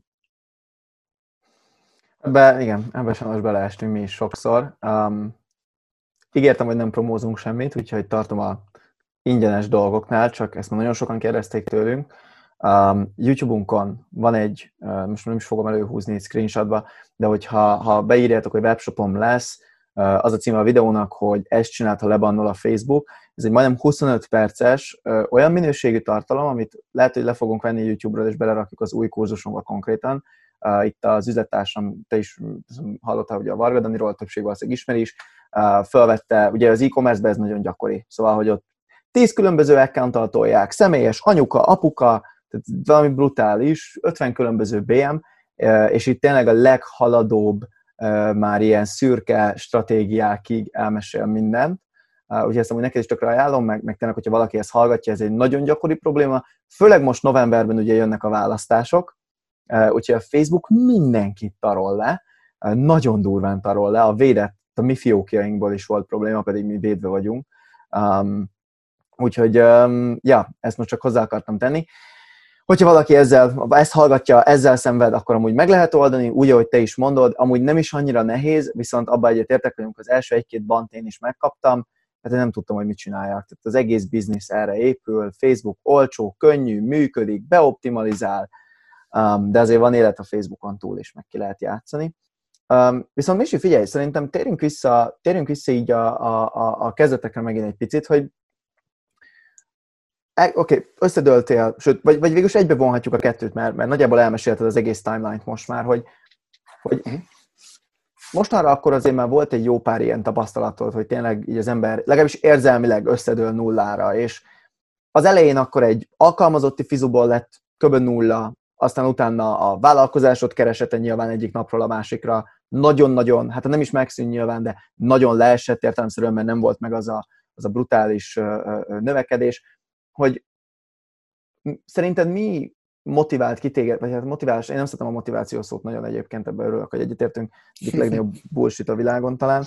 Ebbe sajnos beleestünk mi is sokszor. Ígértem, hogy nem promózunk semmit, úgyhogy tartom a ingyenes dolgoknál, csak ezt már nagyon sokan kérdezték tőlünk. YouTube-unkon van egy, most nem is fogom előhúzni screenshotba, de hogyha beírjátok, hogy webshopom lesz, az a címe a videónak, hogy ezt csinált, ha lebannol a Facebook. Ez egy majdnem 25 perces olyan minőségű tartalom, amit lehet, hogy le fogunk venni YouTube-ról, és belerakjuk az új kurzusunkba konkrétan. Itt az üzlettársam, te is hallottál, hogy a Varga Daniról, többség valószínűleg ismeri is, felvette, ugye az e-commerce-ben ez nagyon gyakori, szóval, hogy ott 10 különböző account-tal tolják, személyes, anyuka, apuka, tehát valami brutális, 50 különböző BM, és itt tényleg a leghaladóbb, már ilyen szürke stratégiákig elmesél mindent. Úgyhogy ezt amúgy neked is tökre ajánlom, meg tényleg, hogyha valaki ezt hallgatja, ez egy nagyon gyakori probléma, főleg most novemberben ugye jönnek a választások, úgyhogy a Facebook mindenkit tarol le, nagyon durván tarol le, a mi fiókjainkból is volt probléma, pedig mi védve vagyunk. Úgyhogy, ezt most csak hozzá akartam tenni. Hogyha valaki ezt hallgatja, ezzel szenved, akkor amúgy meg lehet oldani, úgy, ahogy te is mondod, amúgy nem is annyira nehéz, viszont abban egyetértek, hogy az első 1-2 bant én is megkaptam, hát én nem tudtam, hogy mit csináljak. Tehát az egész biznisz erre épül, Facebook olcsó, könnyű, működik, beoptimalizál, de azért van élet a Facebookon túl is, meg ki lehet játszani. Viszont Misi, figyelj, szerintem térjünk vissza így a kezdetekre megint egy picit, hogy oké, összedöltél, sőt, vagy végülis egybe vonhatjuk a kettőt, mert nagyjából elmesélted az egész timeline-t most már, hogy mostanra akkor azért már volt egy jó pár ilyen tapasztalatod, hogy tényleg így az ember legalábbis érzelmileg összedől nullára, és az elején akkor egy alkalmazotti fizuból lett kb. 0, aztán utána a vállalkozásod keresete nyilván egyik napról a másikra nagyon-nagyon, hát nem is megszűnt nyilván, de nagyon leesett értelemszerűen, mert nem volt meg az a brutális növekedés, hogy szerinted mi motivált ki téged, vagy hát motiválás, én nem szeretem a motiváció szót nagyon egyébként, ebben örülök, hogy egyetértünk, egyik legnagyobb bullshit a világon talán.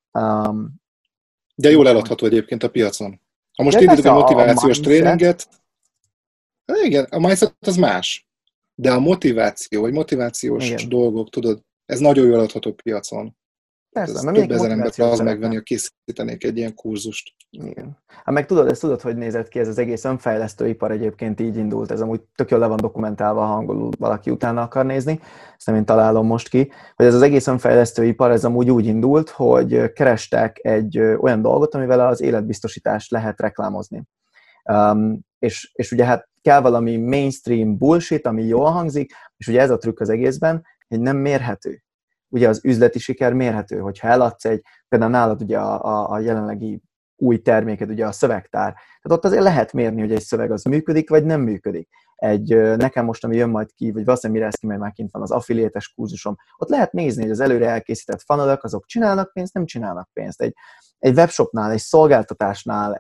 De jól eladható egyébként a piacon. Ha most indítok egy motivációs tréninget, igen, a mindset az más, de a motiváció, vagy motivációs igen. dolgok, tudod, ez nagyon jól eladható piacon. Persze, mert több ezer ember az megvenni, ha készítenék egy ilyen kurzust. Igen. Hát meg tudod, hogy nézett ki ez az egész önfejlesztő ipar egyébként így indult, ez amúgy tök jól le van dokumentálva, ha angolul valaki utána akar nézni, ezt nem én találom most ki, hogy ez az egész önfejlesztő ipar, ez amúgy úgy indult, hogy kerestek egy olyan dolgot, amivel az életbiztosítást lehet reklámozni. És ugye hát kell valami mainstream bullshit, ami jól hangzik, és ugye ez a trükk az egészben, hogy nem mérhető. Ugye az üzleti siker mérhető, hogyha eladsz például nálad ugye a jelenlegi új terméked, ugye a szövegtár. Tehát ott azért lehet mérni, hogy egy szöveg az működik, vagy nem működik. Nekem most, ami jön majd ki, vagy valószínűleg mire ez ki, mert már kint van az affiliates kurzusom, ott lehet nézni, hogy az előre elkészített funnelok, azok csinálnak pénzt, nem csinálnak pénzt. Egy webshopnál, egy szolgáltatásnál,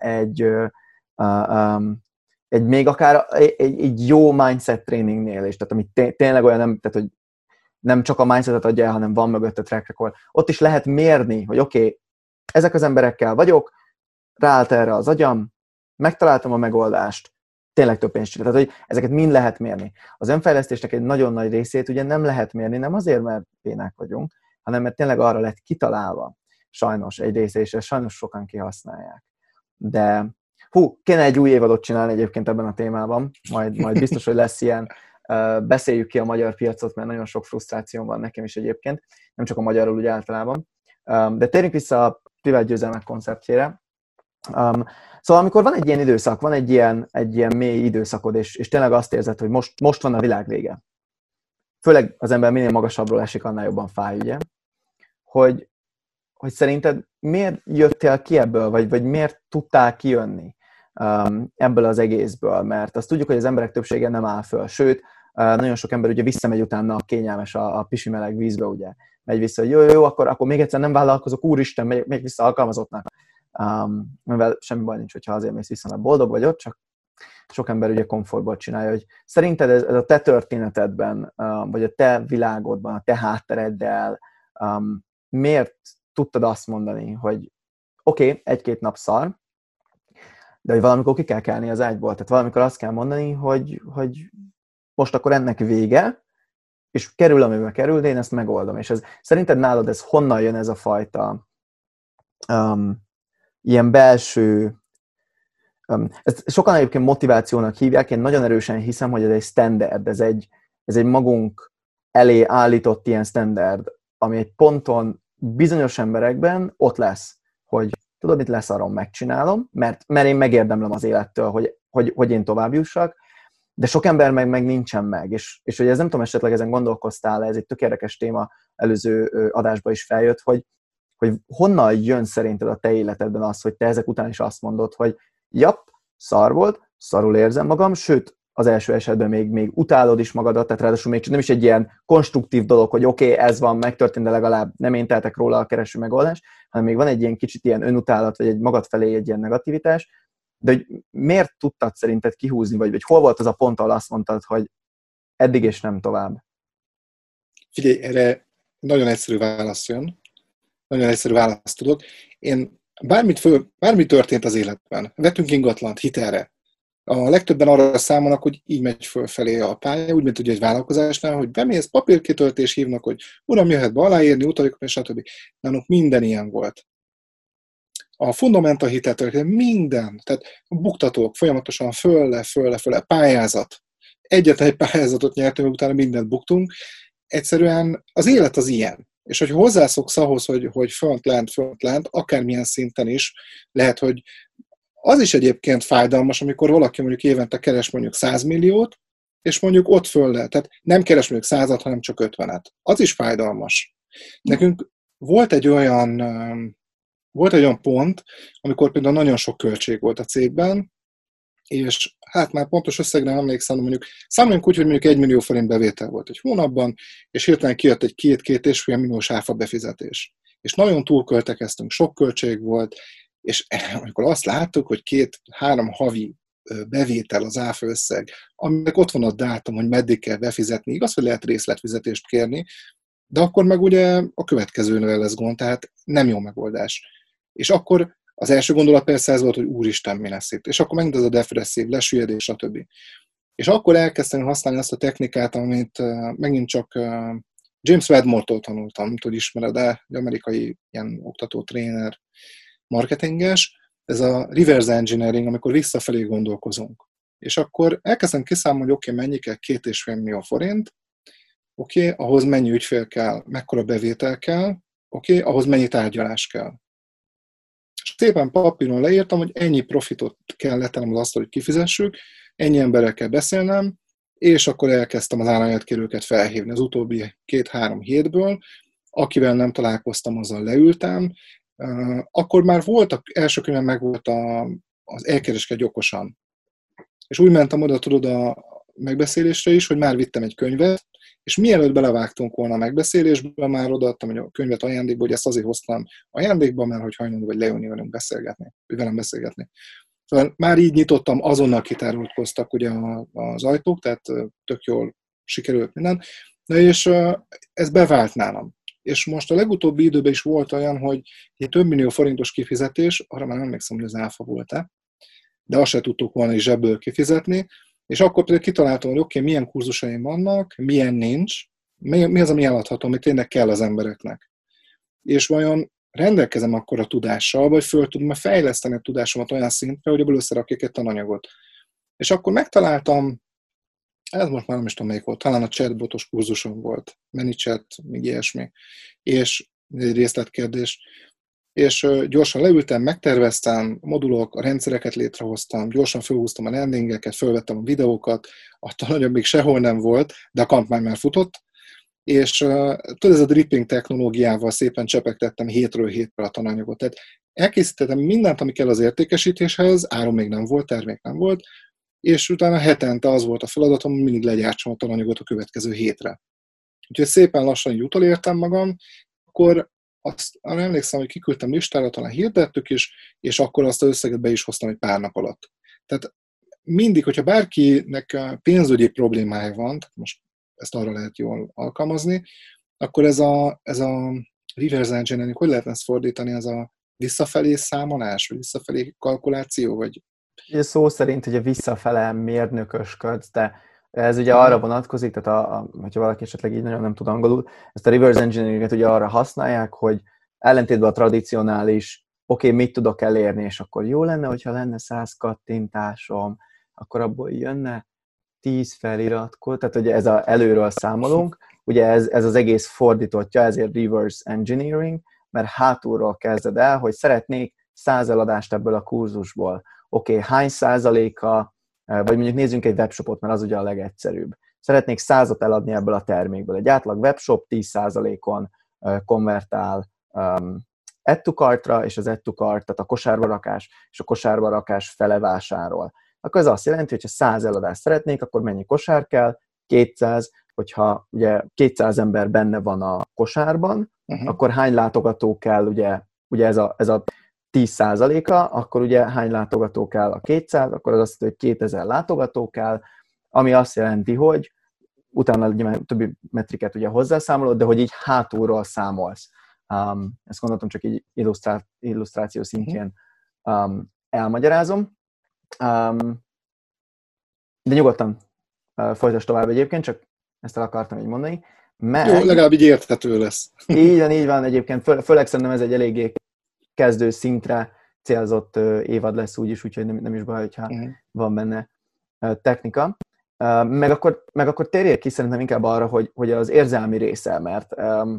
még akár egy jó mindset tréningnél is, tehát ami tényleg olyan nem, tehát hogy nem csak a mindsetet adja el, hanem van mögötte track record. Ott is lehet mérni, hogy oké, ezek az emberekkel vagyok, ráállt erre az agyam, megtaláltam a megoldást, tényleg több pénzt csinál. Tehát, hogy ezeket mind lehet mérni. Az önfejlesztésnek egy nagyon nagy részét ugye nem lehet mérni, nem azért, mert bénák vagyunk, hanem mert tényleg arra lett kitalálva. Sajnos egy része, és ezt sajnos sokan kihasználják. De kéne egy új évadot csinálni egyébként ebben a témában, majd biztos, hogy lesz ilyen. Beszéljük ki a magyar piacot, mert nagyon sok frusztráció van nekem is egyébként, nem csak a magyarul úgy általában. De térjünk vissza a privát győzelmek konceptjére. Szóval amikor van egy ilyen időszak, van egy ilyen mély időszakod, és tényleg azt érzed, hogy most van a világ vége. Főleg az ember minél magasabbról esik, annál jobban fáj, ugye? Hogy szerinted miért jöttél ki ebből, vagy miért tudtál kijönni ebből az egészből? Mert azt tudjuk, hogy az emberek többsége nem áll föl. Sőt, nagyon sok ember ugye visszamegy utána a kényelmes, a pisi meleg vízbe, ugye. Megy vissza, hogy jó, akkor még egyszer nem vállalkozok, úristen, megyek vissza alkalmazottnak. Mivel semmi baj nincs, hogyha azért mész vissza, mert boldog vagy ott, csak sok ember ugye komfortból csinálja, hogy szerinted ez a te történetedben, vagy a te világodban, a te háttereddel miért tudtad azt mondani, hogy oké, egy-két nap szar, de hogy valamikor ki kell kelni az ágyból. Tehát valamikor azt kell mondani, hogy most akkor ennek vége, és kerül, amiben kerül, de én ezt megoldom. És szerinted nálad ez honnan jön ez a fajta ilyen belső, ezt sokan egyébként motivációnak hívják, én nagyon erősen hiszem, hogy ez egy standard, ez egy magunk elé állított ilyen standard, ami egy ponton bizonyos emberekben ott lesz, hogy tudod, mit leszarom, megcsinálom, mert én megérdemlem az élettől, hogy én tovább jussak, de sok ember meg nincsen meg, és hogy ez nem tudom, esetleg ezen gondolkoztál, ez egy tök érdekes téma, előző adásban is feljött, hogy honnan jön szerinted a te életedben az, hogy te ezek után is azt mondod, hogy szar volt, szarul érzem magam, sőt, az első esetben még utálod is magadat, tehát ráadásul még nem is egy ilyen konstruktív dolog, hogy oké, ez van, megtörtént, de legalább nem én tehetek róla a kereső megoldást, hanem még van egy ilyen kicsit ilyen önutálat, vagy egy magad felé egy ilyen negativitás, de hogy miért tudtad szerinted kihúzni, vagy hol volt az a pont, ahol azt mondtad, hogy eddig és nem tovább? Figyelj, erre nagyon egyszerű válasz jön. Nagyon egyszerű választ tudok. Én bármi történt az életben, vettünk ingatlant, hitelre. A legtöbben arra számolnak, hogy így megy fölfelé a pálya, úgy, mint ugye egy vállalkozásnál, hogy bemész, papírkitöltés hívnak, hogy uram, jöhet be aláírni, utaljuk, és stb. Nálunk minden ilyen volt. A fundamental hiteltől, minden, tehát buktatók folyamatosan fölle, pályázat. Egyetlen egy pályázatot nyertünk, utána mindent buktunk. Egyszerűen az élet az ilyen. És hogy hozzászoksz ahhoz, hogy fönt, akármilyen szinten is, lehet, hogy az is egyébként fájdalmas, amikor valaki mondjuk évente keres mondjuk 100 milliót, és mondjuk ott fölle, tehát nem keres mondjuk 100-at, hanem csak 50-et. Az is fájdalmas. Nekünk volt egy olyan pont, amikor például nagyon sok költség volt a cégben, és hát már pontos összegre nem emlékszem, mondjuk számoljunk úgy, hogy mondjuk 1 millió forint bevétel volt egy hónapban, és hirtelen kijött egy 2-2,5 milliós áfa befizetés. És nagyon túlköltekeztünk, sok költség volt, és amikor azt láttuk, hogy 2-3 havi bevétel az áfa összeg, aminek ott van a dátum, hogy meddig kell befizetni, igaz, hogy lehet részletfizetést kérni, de akkor meg ugye a következőnél lesz gond, tehát nem jó megoldás. És akkor az első gondolat persze ez volt, hogy úristen, mi lesz itt. És akkor megint ez a depresszív, lesüllyedés, stb. És akkor elkezdtem használni azt a technikát, amit megint csak James Wedmore-tól tanultam, nem tudom, ismered, de egy amerikai ilyen oktató, tréner, marketinges. Ez a reverse engineering, amikor visszafelé gondolkozunk. És akkor elkezdtem kiszámolni, hogy oké, mennyi kell, 2,5 millió forint, oké, ahhoz mennyi ügyfél kell, mekkora bevétel kell, oké, ahhoz mennyi tárgyalás kell. És szépen papíron leírtam, hogy ennyi profitot kell letennem az asztal, hogy kifizessük, ennyi emberrel kell beszélnem, és akkor elkezdtem az államjátkerőket felhívni az utóbbi 2-3 hétből, akivel nem találkoztam, azzal leültem. Akkor már első könyvben meg volt az elkereskedj okosan. És úgy mentem oda, tudod, a megbeszélésre is, hogy már vittem egy könyvet, és mielőtt belevágtunk volna a megbeszélésbe, már odaadtam hogy a könyvet ajándékba, hogy ezt azért hoztam ajándékba, mert hogy hajlandó vagy leülni velem beszélgetni. Szóval már így nyitottam, azonnal kitárultkoztak ugye az ajtók, tehát tök jól sikerült minden. Na és ez bevált nálam. És most a legutóbbi időben is volt olyan, hogy egy több millió forintos kifizetés, arra már nem emlékszem, hogy az áfa volt-e, de azt se tudtuk volna is zsebből kifizetni, és akkor például kitaláltam, hogy oké, milyen kurzusaim vannak, milyen nincs, mi az, ami eladható, ami tényleg kell az embereknek. És vajon rendelkezem akkor a tudással, vagy föl tudom fejleszteni a tudásomat olyan szintre, hogy abból összerakjak egy tananyagot. És akkor megtaláltam, ez most már nem is tudom melyik volt, talán a chatbotos kurzusom volt, ManyChat, még ilyesmi, és egy részletkérdés, és gyorsan leültem, megterveztem, a modulok, a rendszereket létrehoztam, gyorsan felhúztam a landingeket, felvettem a videókat, a tananyag még sehol nem volt, de a kampány már futott, és tudod, ez a dripping technológiával szépen csepegtettem hétről hétre a tananyagot. Tehát elkészítettem mindent, ami kell az értékesítéshez, áron még nem volt, termék nem volt, és utána hetente az volt a feladatom, mindig legyártsam a tananyagot a következő hétre. Úgyhogy szépen lassan így utolértem magam, akkor azt emlékszem, hogy kiküldtem listára, talán hirdettük is, és akkor azt az összeget be is hoztam egy pár nap alatt. Tehát mindig, hogyha bárkinek pénzügyi problémája van, tehát most ezt arra lehet jól alkalmazni, akkor ez a reverse engineering, hogy lehetne ezt fordítani, ez a visszafelé számolás, vagy visszafelé kalkuláció, vagy... Ugye szó szerint ugye visszafele mérnökösködsz, de ez ugye arra vonatkozik, tehát hogyha valaki esetleg így nagyon nem tud angolul, ezt a reverse engineering-et ugye arra használják, hogy ellentétben a tradicionális, mit tudok elérni, és akkor jó lenne, hogyha lenne 100 kattintásom, akkor abból jönne 10 feliratkod, tehát ugye ez előről számolunk, ugye ez az egész fordítottja, ezért reverse engineering, mert hátulról kezded el, hogy szeretnék 100 eladást ebből a kurzusból. Hány százaléka, vagy mondjuk nézzünk egy webshopot, mert az ugye a legegyszerűbb. Szeretnék 100-at eladni ebből a termékből. Egy átlag webshop 10%-on konvertál add to cartra, és az add to cart, tehát a kosárba rakás, és a kosárba rakás fele vásárol. Akkor ez azt jelenti, hogy ha 100 eladást szeretnék, akkor mennyi kosár kell? 200, hogyha ugye 200 ember benne van a kosárban, akkor hány látogató kell, ugye ez a 10%-a, akkor ugye hány látogató kell a 200, akkor az azt jelenti, hogy 2000 látogató kell, ami azt jelenti, hogy utána ugye többi metriket ugye hozzászámolod, de hogy így hátulról számolsz. Ezt gondoltam csak így illusztráció szintjén elmagyarázom. De nyugodtan folytasd tovább egyébként, csak ezt el akartam így mondani. Jó, legalább így érthető lesz. Így van egyébként, főleg szerintem ez egy eléggé kezdő szintre célzott évad lesz úgyhogy nem is baj, hogyha van benne technika. Meg akkor térjél ki szerintem inkább arra, hogy az érzelmi része, mert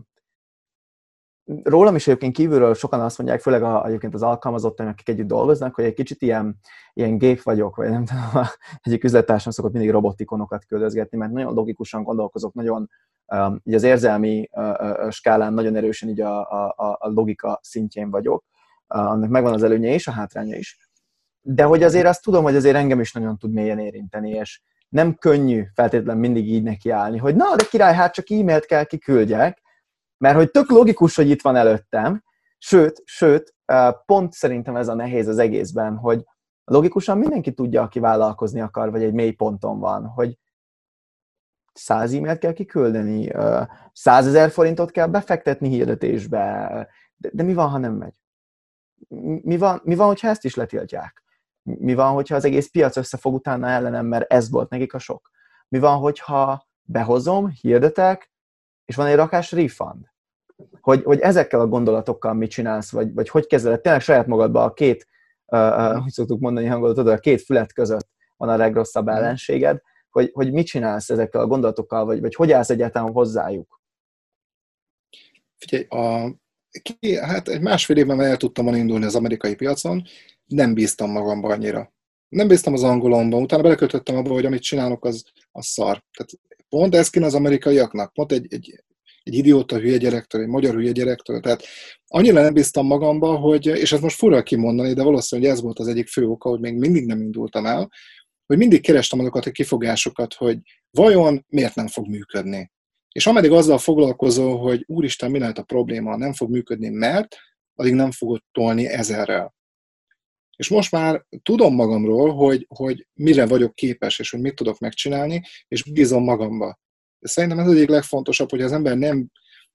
rólam is egyébként kívülről sokan azt mondják, főleg egyébként az alkalmazottak, akik együtt dolgoznak, hogy egy kicsit ilyen gép vagyok, vagy nem tudom, egyik üzlettársam szokott mindig robotikonokat küldözgetni, mert nagyon logikusan gondolkozok, nagyon így az érzelmi skálán nagyon erősen így a logika szintjén vagyok, annak megvan az előnye és a hátránya is. De hogy azért azt tudom, hogy azért engem is nagyon tud mélyen érinteni, és nem könnyű feltétlenül mindig így nekiállni, hogy na, de király, hát csak e-mailt kell kiküldjek, mert hogy tök logikus, hogy itt van előttem, sőt, pont szerintem ez a nehéz az egészben, hogy logikusan mindenki tudja, aki vállalkozni akar, vagy egy mély ponton van, hogy 100 e-mailt kell kiküldeni, 100 000 forintot kell befektetni hirdetésbe, de mi van, ha nem megy? Mi van, hogyha ezt is letiltják? Mi van, hogyha az egész piac összefog utána ellenem, mert ez volt nekik a sok? Mi van, hogyha behozom, hirdetek, és van egy rakás refund? Hogy ezekkel a gondolatokkal mit csinálsz, vagy hogy kezeled tényleg saját magadban a két, hogy szoktuk mondani hangolod, a két fület között van a legrosszabb ellenséged, hogy mit csinálsz ezekkel a gondolatokkal, vagy hogy állsz egyáltalán hozzájuk? Figyelj, hát egy másfél évben el tudtam indulni az amerikai piacon, nem bíztam magamba annyira. Nem bíztam az angolomban, utána belekötöttem abba, hogy amit csinálok, az szar. Tehát pont ez kéne az amerikaiaknak, pont egy idióta hülye gyerektől, egy magyar hülye gyerektől. Tehát annyira nem bíztam magamba, hogy, és ez most fura kimondani, de valószínűleg ez volt az egyik fő oka, hogy még mindig nem indultam el, hogy mindig kerestem azokat a kifogásokat, hogy vajon miért nem fog működni. És ameddig azzal foglalkozol, hogy úristen, mi lehet a probléma, nem fog működni, mert addig nem fogod tolni ezerrel. És most már tudom magamról, hogy mire vagyok képes, és hogy mit tudok megcsinálni, és bízom magamba. Szerintem ez egyik legfontosabb, hogy az ember nem,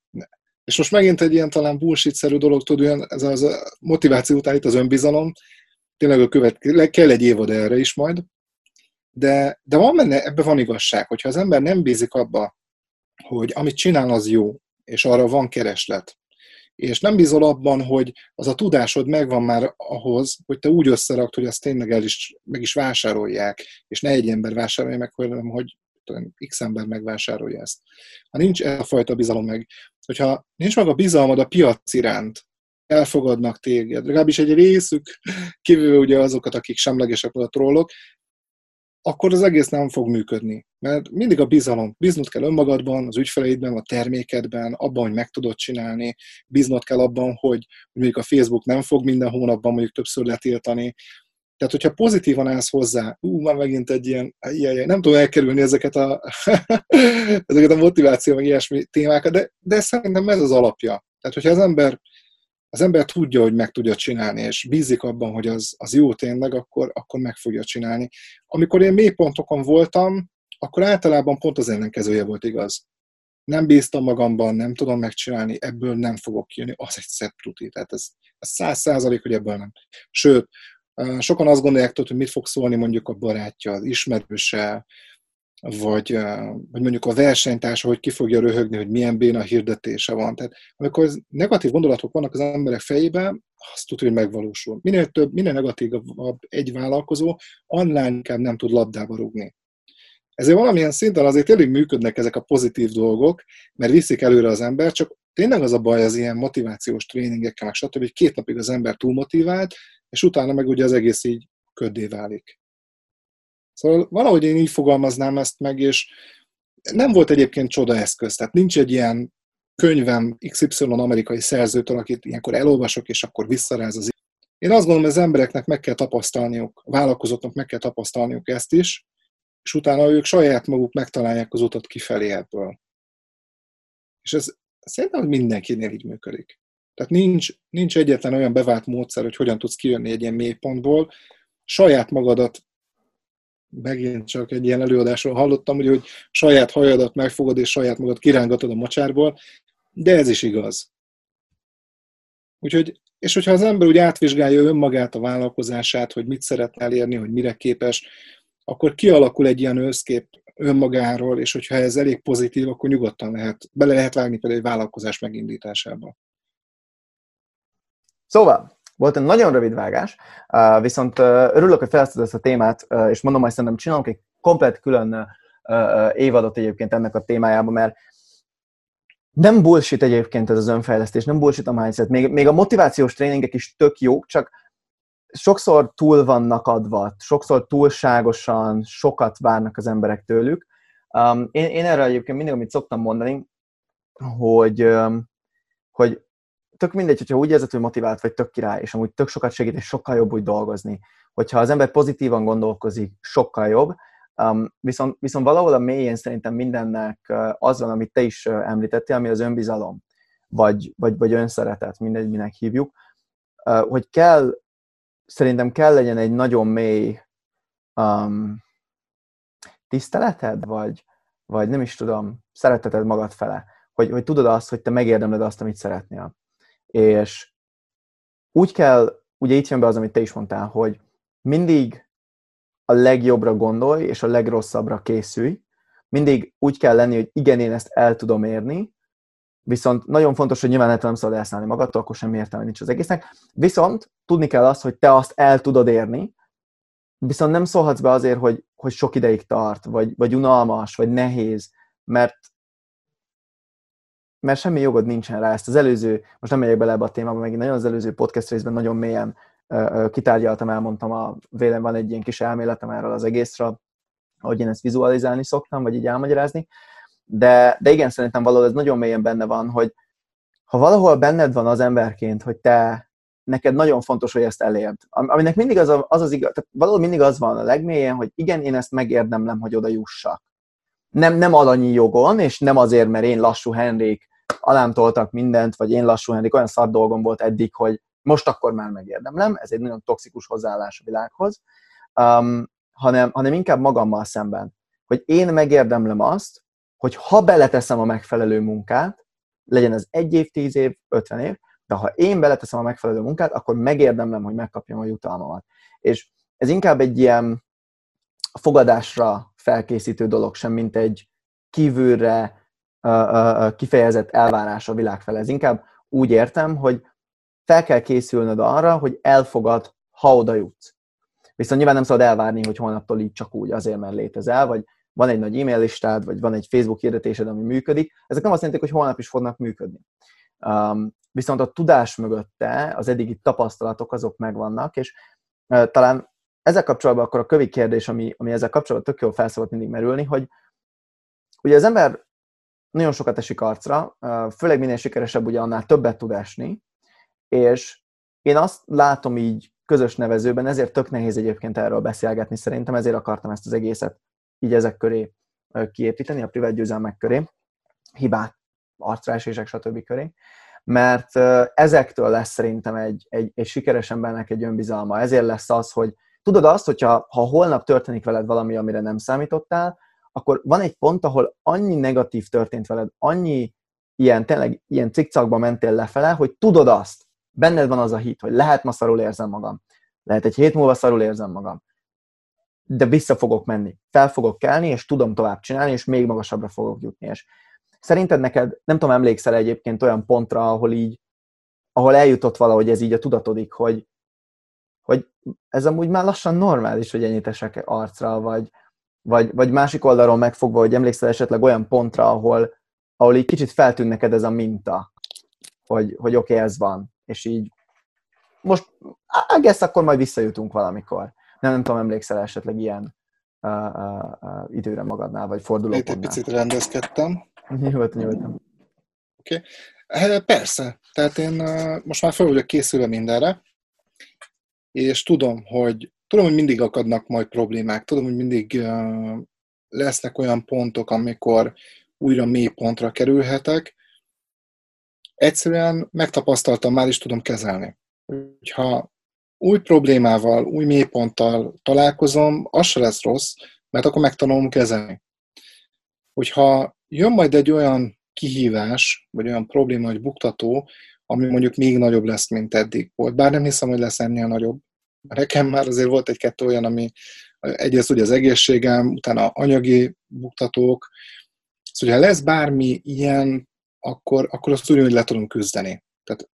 és most megint egy ilyen talán bullshit-szerű dolog, tudod, ez a motiváció után itt az önbizalom, tényleg kell egy évad erre is majd, de van benne, ebben van igazság, hogyha az ember nem bízik abba, hogy amit csinál, az jó, és arra van kereslet, és nem bízol abban, hogy az a tudásod megvan már ahhoz, hogy te úgy összerakd, hogy azt tényleg meg is vásárolják, és ne egy ember vásárolja meg, hanem hogy X ember megvásárolja ezt. Ha nincs ez a fajta bizalom meg, hogyha nincs meg a bizalmad a piac iránt, elfogadnak téged, legalábbis egy részük, kivéve ugye azokat, akik semlegesek, vagy a trollok, akkor az egész nem fog működni. Mert mindig a bizalom. Bíznod kell önmagadban, az ügyfeleidben, a termékedben, abban, hogy meg tudod csinálni. Bíznod kell abban, hogy mondjuk a Facebook nem fog minden hónapban mondjuk többször letiltani. Tehát, hogyha pozitívan állsz hozzá, már megint egy ilyen, nem tudom elkerülni ezeket a, ezeket a motiváció, meg ilyesmi témákat, de szerintem ez az alapja. Tehát, hogyha az ember tudja, hogy meg tudja csinálni, és bízik abban, hogy az jó tényleg, akkor meg fogja csinálni. Amikor én mélypontokon voltam, akkor általában pont az ellenkezője volt igaz. Nem bíztam magamban, nem tudom megcsinálni, ebből nem fogok kijönni, az egy szebb tuti. Tehát ez 100%, hogy ebből nem. Sőt, sokan azt gondolják, hogy mit fog szólni mondjuk a barátja, az ismerőse, vagy mondjuk a versenytársa, hogy ki fogja röhögni, hogy milyen béna hirdetése van. Tehát amikor negatív gondolatok vannak az emberek fejében, azt tudja, hogy megvalósul. Minél negatívabb egy vállalkozó, annál inkább nem tud labdába rúgni. Ezért valamilyen szinten azért tényleg működnek ezek a pozitív dolgok, mert viszik előre az ember, csak tényleg az a baj az ilyen motivációs tréningekkel, meg stb., hogy 2 napig az ember túlmotivált, és utána meg ugye az egész így köddé válik. Szóval valahogy én így fogalmaznám ezt meg, és nem volt egyébként csodaeszköz, tehát nincs egy ilyen könyvem XY amerikai szerzőtől, akit ilyenkor elolvasok, és akkor visszaráz az. Én azt gondolom, hogy az embereknek meg kell tapasztalniuk, a vállalkozóknak meg kell tapasztalniuk ezt is, és utána ők saját maguk megtalálják az utat kifelé ebből. És ez szerintem mindenkinél így működik. Tehát nincs egyetlen olyan bevált módszer, hogy hogyan tudsz kijönni egy ilyen mélypontból. Saját magadat, megint csak egy ilyen előadásról hallottam, hogy saját hajadat megfogod, és saját magad kirángatod a mocsárból, de ez is igaz. Úgyhogy, és hogyha az ember úgy átvizsgálja önmagát, a vállalkozását, hogy mit szeretne elérni, hogy mire képes, akkor kialakul egy ilyen összkép önmagáról, és hogyha ez elég pozitív, akkor nyugodtan bele lehet vágni például egy vállalkozás megindításába. Szóval, volt egy nagyon rövid vágás, viszont örülök, hogy felhoztad ezt a témát, és mondom, hogy szerintem csinálunk egy komplet külön évadot egyébként ennek a témájában, mert nem bullshit egyébként ez az önfejlesztés, nem bullshit a mindset. Még a motivációs tréningek is tök jók, csak sokszor túl vannak adva, sokszor túlságosan sokat várnak az emberek tőlük. Én erre egyébként mindig, amit szoktam mondani, hogy tök mindegy, hogyha úgy érzed, hogy motivált vagy, tök király, és amúgy tök sokat segít, és sokkal jobb úgy dolgozni. Hogyha az ember pozitívan gondolkozik, sokkal jobb. Viszont valahol a mélyén szerintem mindennek az van, amit te is említettél, ami az önbizalom, vagy önszeretet, mindegy, minek hívjuk, hogy szerintem kell legyen egy nagyon mély tiszteleted, vagy nem is tudom, szereteted magad fele, hogy tudod azt, hogy te megérdemled azt, amit szeretnél. És úgy kell, ugye itt jön be az, amit te is mondtál, hogy mindig a legjobbra gondolj, és a legrosszabbra készülj. Mindig úgy kell lenni, hogy igen, én ezt el tudom érni, viszont nagyon fontos, hogy nyilván nem szabad elszállni magadtól, akkor semmi értelme nincs az egésznek. Viszont tudni kell azt, hogy te azt el tudod érni, viszont nem szólhatsz be azért, hogy sok ideig tart, vagy unalmas, vagy nehéz, mert semmi jogod nincsen rá. Ezt az előző, most nem megyek bele ebbe a témába, megint nagyon az előző podcast részben nagyon mélyen kitárgyaltam, elmondtam, van egy ilyen kis elméletem erről az egészről, ahogy én ezt vizualizálni szoktam, vagy így elmagyarázni. De igen, szerintem valahol ez nagyon mélyen benne van, hogy ha valahol benned van az emberként, hogy neked nagyon fontos, hogy ezt elérd. Aminek mindig az igaz, tehát valahol mindig az van a legmélyen, hogy igen, én ezt megérdemlem, hogy oda jussak. Nem alanyi jogon, és nem azért, mert én Lassú Henrik, alám toltak mindent, vagy én Lassú Henrik, olyan szar dolgom volt eddig, hogy most akkor már megérdemlem, ez egy nagyon toxikus hozzáállás a világhoz, hanem inkább magammal szemben, hogy én megérdemlem azt, hogy ha beleteszem a megfelelő munkát, legyen ez 1 év, 10 év, 50 év, de ha én beleteszem a megfelelő munkát, akkor megérdemlem, hogy megkapjam a jutalmamat. És ez inkább egy ilyen fogadásra felkészítő dolog sem, mint egy kívülre kifejezett elvárás a világ felé. Ez inkább úgy értem, hogy fel kell készülnöd arra, hogy elfogad, ha oda jutsz. Viszont nyilván nem szabad elvárni, hogy holnaptól így csak úgy azért, mert létezel, vagy van egy nagy e-mail listád, vagy van egy Facebook hirdetésed, ami működik. Ezek nem azt jelenti, hogy holnap is fognak működni. Viszont a tudás mögötte, az eddigi tapasztalatok azok megvannak, és talán ezzel kapcsolatban akkor a kövi kérdés, ami ezzel kapcsolatban tök jól fel szokott mindig merülni, hogy ugye az ember nagyon sokat esik arcra, főleg minél sikeresebb, ugye annál többet tud esni, és én azt látom így közös nevezőben, ezért tök nehéz egyébként erről beszélgetni szerintem, ezért akartam ezt az egészet így ezek köré kiépíteni, a privát győzelmek köré, hibák, arcraesések, stb. Köré, mert ezektől lesz szerintem egy sikeres embernek egy önbizalma. Ezért lesz az, hogy tudod azt, hogyha holnap történik veled valami, amire nem számítottál, akkor van egy pont, ahol annyi negatív történt veled, annyi tényleg ilyen cikcakba mentél lefele, hogy tudod azt, benned van az a hit, hogy lehet ma szarul érzem magam, lehet egy hét múlva szarul érzem magam, de vissza fogok menni, fel fogok kelni, és tudom tovább csinálni, és még magasabbra fogok jutni. És szerinted neked, nem tudom, emlékszel egyébként olyan pontra, ahol eljutott valahogy ez így a tudatodik, hogy ez amúgy már lassan normális, hogy ennyit esek arcra, vagy másik oldalról megfogva, hogy emlékszel esetleg olyan pontra, ahol így kicsit feltűn neked ez a minta, hogy oké, ez van, és így most, I guess akkor majd visszajutunk valamikor. Nem tudom, emlékszel esetleg ilyen időre magadnál, vagy fordulópontnál. Egy picit rendezkedtem. Nyugodtan. Oké. Persze. Tehát én most már fel vagyok készülve mindenre, és tudom, hogy mindig akadnak majd problémák, tudom, hogy mindig lesznek olyan pontok, amikor újra mély pontra kerülhetek. Egyszerűen megtapasztaltam, már is tudom kezelni. Hogyha új problémával, új mélyponttal találkozom, az se lesz rossz, mert akkor megtanulom kezelni. Hogyha jön majd egy olyan kihívás, vagy olyan probléma, vagy buktató, ami mondjuk még nagyobb lesz, mint eddig volt. Bár nem hiszem, hogy lesz ennél nagyobb. Nekem már azért volt egy-kettő olyan, ami egyrészt ugye az egészségem, utána anyagi buktatók. Szóval, ha lesz bármi ilyen, akkor azt úgy, hogy le tudunk küzdeni. Tehát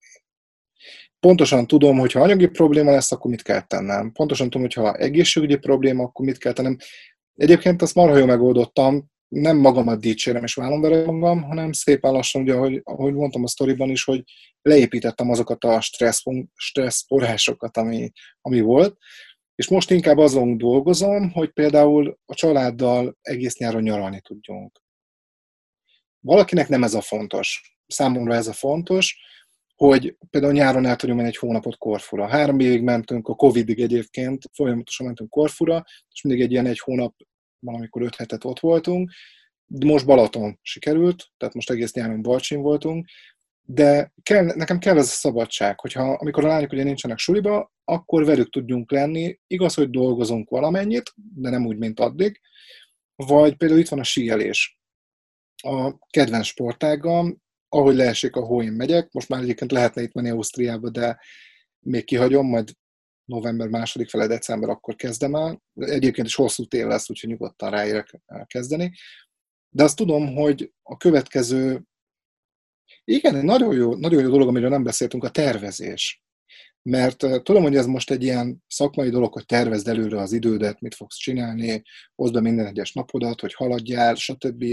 pontosan tudom, hogy ha anyagi probléma lesz, akkor mit kell tennem. Pontosan tudom, hogy ha egészségügyi probléma, akkor mit kell tennem. Egyébként azt marha jól megoldottam, nem magamat dicsérem és vállom vele magam, hanem szépen lassan, ugye, ahogy mondtam a sztoriban is, hogy leépítettem azokat a stressz forrásokat, ami volt, és most inkább azon dolgozom, hogy például a családdal egész nyáron nyaralni tudjunk. Valakinek nem ez a fontos. Számomra ez a fontos, hogy például nyáron el tudjunk menni egy hónapot Korfura. 3 évig mentünk, a Covidig egyébként, folyamatosan mentünk Korfura, és mindig egy ilyen 1 hónap, valamikor 5 hetet ott voltunk. De most Balaton sikerült, tehát most egész nyáron Balcsin voltunk, de nekem kell ez a szabadság, hogyha amikor a lányok ugye nincsenek suliba, akkor velük tudjunk lenni. Igaz, hogy dolgozunk valamennyit, de nem úgy, mint addig. Vagy például itt van a síelés. A kedvenc sportágam, ahogy leesik a hó, én megyek. Most már egyébként lehetne itt menni Ausztriába, de még kihagyom, majd november 2. fele, december akkor kezdem el. Egyébként is hosszú tél lesz, úgyhogy nyugodtan ráérek kezdeni. De azt tudom, hogy a következő, igen, egy nagyon jó dolog, amiről nem beszéltünk, a tervezés. Mert tudom, hogy ez most egy ilyen szakmai dolog, hogy tervezd előre az idődet, mit fogsz csinálni, hozd be minden egyes napodat, hogy haladjál, stb.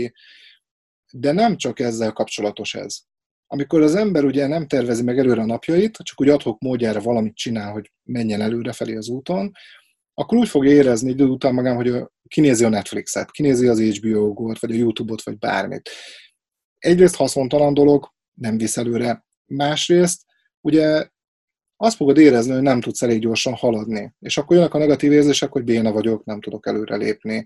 De nem csak ezzel kapcsolatos ez. Amikor az ember ugye nem tervezi meg előre a napjait, csak úgy ad-hoc módjára valamit csinál, hogy menjen előre felé az úton, akkor úgy fogja érezni idő után magam, hogy kinézi a Netflixet, kinézi az HBO Go-t, vagy a YouTube-ot, vagy bármit. Egyrészt haszontalan dolog, nem visz előre. Másrészt ugye azt fogod érezni, hogy nem tudsz elég gyorsan haladni. És akkor jönnek a negatív érzések, hogy béna vagyok, nem tudok előre lépni.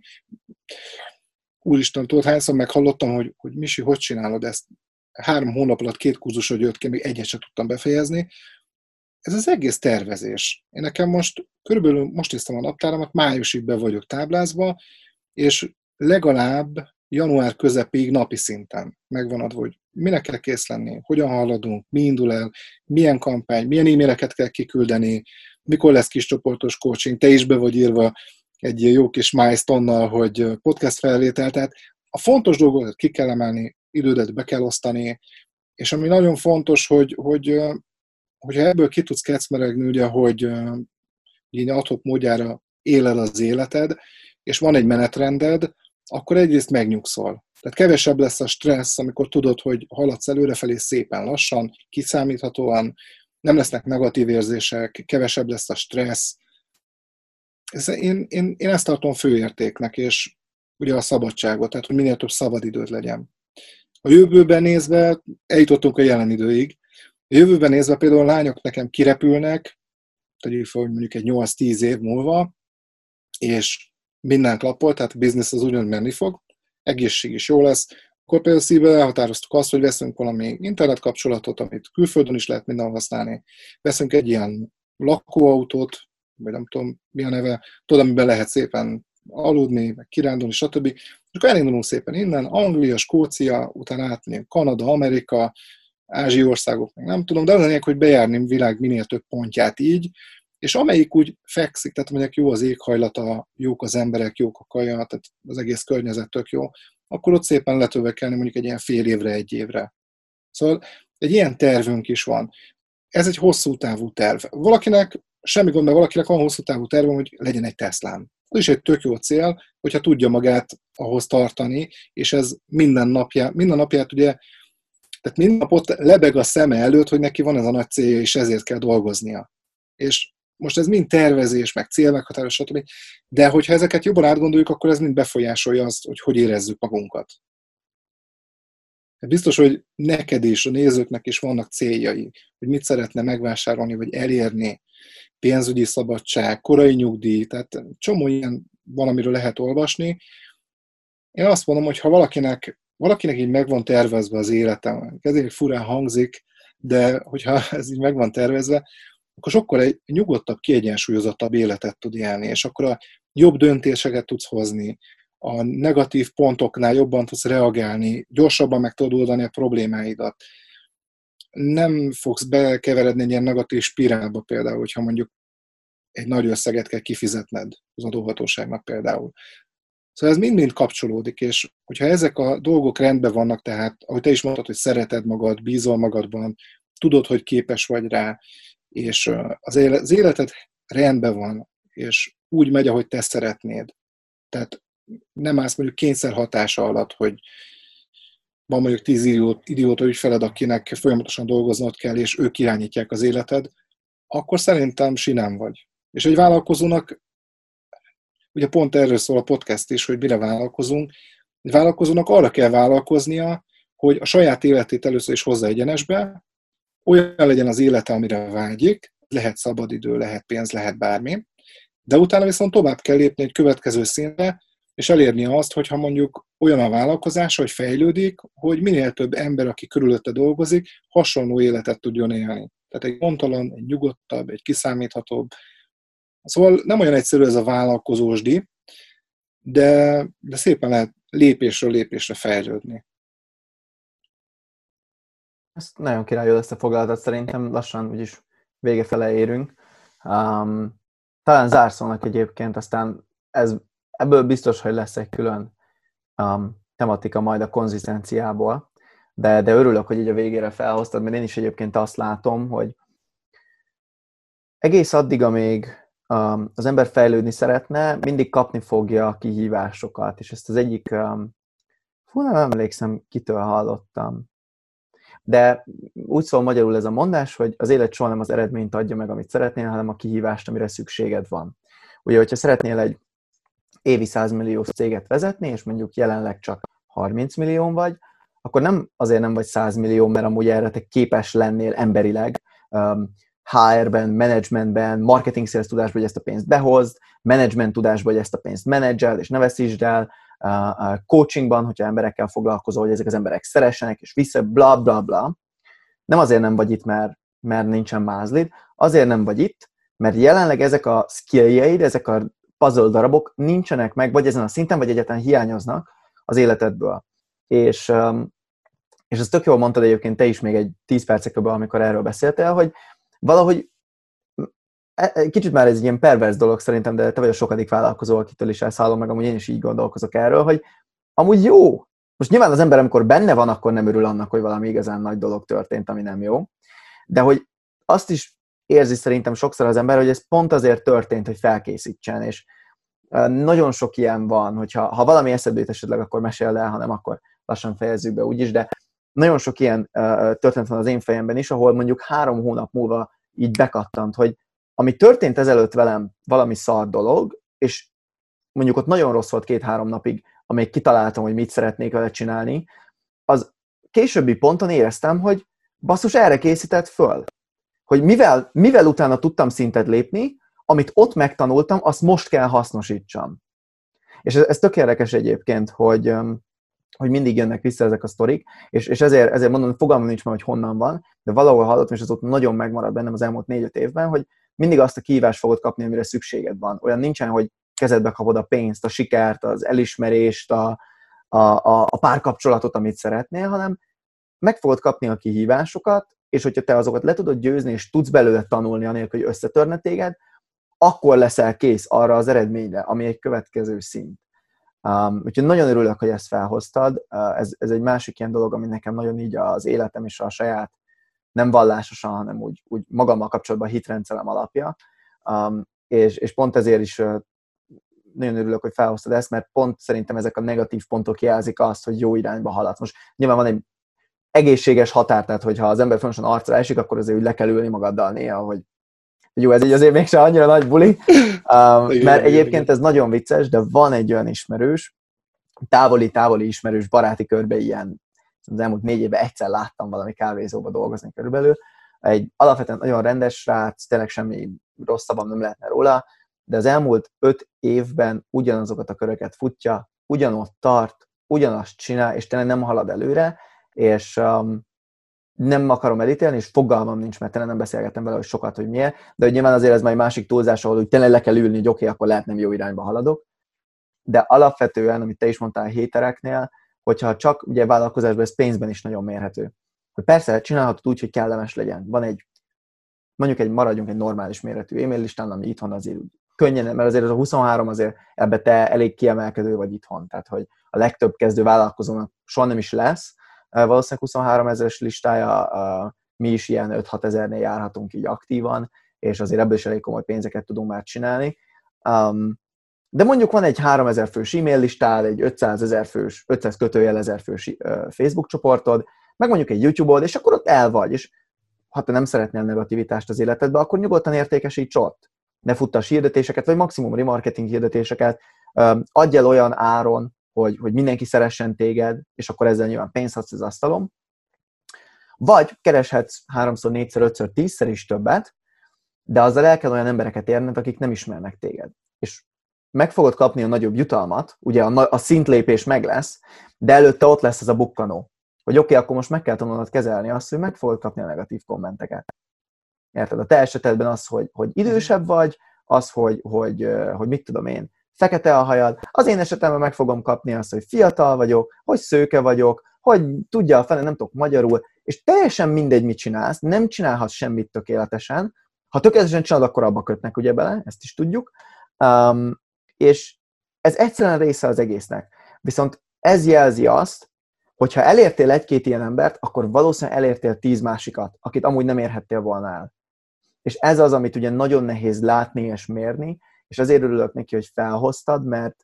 Úristen, tudod, hányszor meghallottam, hogy Misi, hogy csinálod ezt? 3 hónap alatt 2 kurzusod jött ki, még egyet sem tudtam befejezni. Ez az egész tervezés. Én nekem körülbelül most néztem a naptáramat, májusig be vagyok táblázva, és legalább január közepéig napi szinten megvan adva, hogy minek kell kész lenni, hogyan haladunk, mi indul el, milyen kampány, milyen e-maileket kell kiküldeni, mikor lesz kis csoportos coaching, te is be vagy írva egy jó kis milestone-nal, hogy podcast felvétel, tehát a fontos dolgokat ki kell emelni, idődet be kell osztani, és ami nagyon fontos, hogyha ebből ki tudsz kecmeregni, ugye, hogy így ad-hoc módjára éled az életed, és van egy menetrended, akkor egyrészt megnyugszol. Tehát kevesebb lesz a stressz, amikor tudod, hogy haladsz előrefelé szépen lassan, kiszámíthatóan, nem lesznek negatív érzések, kevesebb lesz a stressz. Én ezt tartom főértéknek, és ugye a szabadságot, tehát hogy minél több szabadidőd legyen. A jövőben nézve, eljutottunk a jelen időig, a jövőben nézve például a lányok nekem kirepülnek, tegyük fel, hogy mondjuk egy 8-10 év múlva, és minden klappol, tehát a biznisz az ugyanúgy menni fog, egészség is jó lesz, akkor például szívvel elhatároztuk azt, hogy veszünk valami internetkapcsolatot, amit külföldön is lehet mindenhol használni, veszünk egy ilyen lakóautót, vagy nem tudom mi a neve, tudom, amiben lehet szépen aludni, meg kirándulni, stb. És akkor elindulunk szépen innen, Anglia, Skócia, utána átmegyünk Kanada, Amerika, ázsiai országok, meg nem tudom, de az a lényeg, hogy bejárni a világ minél több pontját így, és amelyik úgy fekszik, tehát mondjuk jó az éghajlata, jók az emberek, jók a kaja, tehát az egész környezet tök jó, akkor ott szépen letövekelni mondjuk egy ilyen fél évre, egy évre. Szóval egy ilyen tervünk is van. Ez egy hosszú távú terv. Valakinek, semmi gond, mert valakinek van hosszú távú terv, hogy legyen egy Teslán. Ez is egy tök jó cél, hogyha tudja magát ahhoz tartani, és ez minden napját ugye, tehát minden napot lebeg a szeme előtt, hogy neki van ez a nagy célja, és ezért kell dolgoznia. És most ez mind tervezés, meg célmeghatározás, stb. De hogyha ezeket jobban átgondoljuk, akkor ez mind befolyásolja azt, hogy érezzük magunkat. Biztos, hogy neked és a nézőknek is vannak céljai, hogy mit szeretne megvásárolni, vagy elérni, pénzügyi szabadság, korai nyugdíj, tehát csomó ilyen valamiről lehet olvasni. Én azt mondom, hogy ha valakinek így meg van tervezve az életem, ezért furán hangzik, de hogyha ez így meg van tervezve, akkor sokkal egy nyugodtabb, kiegyensúlyozottabb életet tud élni, és akkor a jobb döntéseket tudsz hozni, a negatív pontoknál jobban tudsz reagálni, gyorsabban meg tudod oldani a problémáidat. Nem fogsz bekeveredni egy ilyen negatív spirálba például, hogyha mondjuk egy nagy összeget kell kifizetned az adóhatóságnak például. Szóval ez mind-mind kapcsolódik, és hogyha ezek a dolgok rendben vannak, tehát ahogy te is mondtad, hogy szereted magad, bízol magadban, tudod, hogy képes vagy rá, és az életed rendben van, és úgy megy, ahogy te szeretnéd. Tehát nem állsz mondjuk kényszer hatása alatt, hogy van mondjuk 10 idióta ügyfeled, akinek folyamatosan dolgoznod kell, és ők irányítják az életed, akkor szerintem sinem vagy. És egy vállalkozónak, ugye pont erről szól a podcast is, hogy mire vállalkozunk, egy vállalkozónak arra kell vállalkoznia, hogy a saját életét először is hozza egyenesbe, olyan legyen az élete, amire vágyik, lehet szabadidő, lehet pénz, lehet bármi, de utána viszont tovább kell lépni egy következő szintre, és elérni azt, hogyha mondjuk olyan a vállalkozása, hogy fejlődik, hogy minél több ember, aki körülötte dolgozik, hasonló életet tudjon élni. Tehát egy gondtalan, egy nyugodtabb, egy kiszámíthatóbb. Szóval nem olyan egyszerű ez a vállalkozósdi, de szépen lehet lépésről lépésre fejlődni. Ezt nagyon királyul összefoglaltad, szerintem lassan úgyis vége fele érünk. Talán zárszónak egyébként, aztán ebből biztos, hogy lesz egy külön tematika majd a konzisztenciából, de örülök, hogy így a végére felhoztad, mert én is egyébként azt látom, hogy egész addig, amíg az ember fejlődni szeretne, mindig kapni fogja a kihívásokat, és ezt az egyik, nem emlékszem, kitől hallottam, de úgy szól magyarul ez a mondás, hogy az élet soha nem az eredményt adja meg, amit szeretnél, hanem a kihívást, amire szükséged van. Ugye, hogyha szeretnél egy évi 100 milliós céget vezetni, és mondjuk jelenleg csak 30 millió vagy, akkor nem azért nem vagy 100 millió, mert amúgy erre te képes lennél emberileg, HR-ben, managementben, marketing sales tudásban, hogy ezt a pénzt behozd, management tudásban, hogy ezt a pénzt menedzseld, és ne veszítsd el, coachingban, hogyha emberekkel foglalkozol, hogy ezek az emberek szeressenek, és vissza, bla, bla, bla. Nem azért nem vagy itt, mert nincsen mázlid, azért nem vagy itt, mert jelenleg ezek a skilljeid, ezek a puzzle darabok nincsenek meg, vagy ezen a szinten, vagy egyáltalán hiányoznak, az életedből. És ezt tök jól mondtad egyébként te is még egy 10 percekből, amikor erről beszéltél, hogy valahogy kicsit már ez egy ilyen pervers dolog szerintem, de te vagy a sokadik vállalkozó, akitől is elszállom meg, amúgy én is így gondolkozok erről, hogy amúgy jó. Most nyilván az ember, amikor benne van, akkor nem örül annak, hogy valami igazán nagy dolog történt, ami nem jó. De hogy azt is érzi szerintem sokszor az ember, hogy ez pont azért történt, hogy felkészítsen, és nagyon sok ilyen van, hogyha valami eszedbe jut esetleg, akkor meséld el, ha nem, akkor lassan fejezzük be úgyis, de nagyon sok ilyen történet van az én fejemben is, ahol mondjuk 3 hónap múlva így bekattant, hogy ami történt ezelőtt velem valami szar dolog, és mondjuk ott nagyon rossz volt 2-3 napig, amíg kitaláltam, hogy mit szeretnék vele csinálni, az későbbi ponton éreztem, hogy basszus, erre készített föl. Hogy mivel utána tudtam szintet lépni, amit ott megtanultam, azt most kell hasznosítsam. És ez tök érdekes egyébként, hogy mindig jönnek vissza ezek a sztorik, és ezért mondom, fogalmam nincs már, hogy honnan van, de valahol hallottam, és az ott nagyon megmaradt bennem az elmúlt 4-5 évben, hogy mindig azt a kihívást fogod kapni, amire szükséged van. Olyan nincsen, hogy kezedbe kapod a pénzt, a sikert, az elismerést, a párkapcsolatot, amit szeretnél, hanem meg fogod kapni a kihívásokat, és hogyha te azokat le tudod győzni, és tudsz belőle tanulni, anélkül, hogy összetörne téged, akkor leszel kész arra az eredményre, ami egy következő szint. Úgyhogy nagyon örülök, hogy ezt felhoztad. Ez egy másik ilyen dolog, ami nekem nagyon így az életem és a saját, nem vallásosan, hanem úgy magammal kapcsolatban a hitrendszerem alapja. És pont ezért is nagyon örülök, hogy felhoztad ezt, mert pont szerintem ezek a negatív pontok jelzik azt, hogy jó irányba haladsz. Most nyilván van egy egészséges határ, tehát hogyha az ember fontosan arcra esik, akkor azért úgy le kell ülni magaddal néha, hogy jó, ez így azért mégsem annyira nagy buli, mert egyébként ez nagyon vicces, de van egy olyan ismerős, távoli ismerős baráti körbe ilyen, az elmúlt 4 évben egyszer láttam valami kávézóba dolgozni körülbelül, egy alapvetően nagyon rendes srác, tényleg semmi rosszabban nem lehetne róla, de az elmúlt 5 évben ugyanazokat a köröket futja, ugyanott tart, ugyanazt csinál, és tényleg nem halad előre, és nem akarom elítélni, és fogalmam nincs, mert tényleg nem beszélgettem vele, hogy sokat, hogy miért, de hogy nyilván azért ez már egy másik túlzás, ahol úgy tényleg le kell ülni, hogy oké, akkor lehet nem jó irányba haladok, de alapvetően, amit te is mondtál a hétereknél, hogyha csak ugye vállalkozásban, ez pénzben is nagyon mérhető. Hogy persze csinálhatod úgy, hogy kellemes legyen. Van maradjunk egy normális méretű e-mail listán, ami itthon azért könnyen, mert azért az a 23 azért ebbe te elég kiemelkedő vagy itthon. Tehát, hogy a legtöbb kezdő vállalkozónak soha nem is lesz valószínűleg 23 000-es listája, mi is ilyen 5-6 ezernél járhatunk így aktívan, és azért ebből is elég komoly pénzeket tudunk már csinálni. De mondjuk van egy 3000 fős e-mail listád, egy 500 kötőjel 1000 fős Facebook csoportod, meg mondjuk egy YouTube-od, és akkor ott el vagy, és ha te nem szeretnél negativitást az életedbe, akkor nyugodtan értékesíts ott. Ne futtass hirdetéseket, vagy maximum remarketing hirdetéseket, adj el olyan áron, hogy mindenki szeressen téged, és akkor ezzel nyilván pénzt adsz az asztalon. Vagy kereshetsz 3-szor, 4-szer, 5-ször, 10-szer is többet, de azzal el kell olyan embereket érned, akik nem ismernek téged. És meg fogod kapni a nagyobb jutalmat, ugye a szintlépés meg lesz, de előtte ott lesz ez a bukkanó. Hogy oké, akkor most meg kell tanulnod kezelni azt, hogy meg fogod kapni a negatív kommenteket. Érted? A te esetedben az, hogy idősebb vagy, az, hogy mit tudom én, fekete a hajad, az én esetemben meg fogom kapni azt, hogy fiatal vagyok, hogy szőke vagyok, hogy tudja a fele, nem tudok magyarul, és teljesen mindegy, mit csinálsz, nem csinálhatsz semmit tökéletesen. Ha tökéletesen csinálod, akkor abba kötnek ugye bele, ezt is tudjuk. És ez egyszerűen része az egésznek. Viszont ez jelzi azt, hogyha elértél 1-2 ilyen embert, akkor valószínűleg elértél 10 másikat, akit amúgy nem érhettél volna el. És ez az, amit ugye nagyon nehéz látni és mérni, és azért örülök neki, hogy felhoztad, mert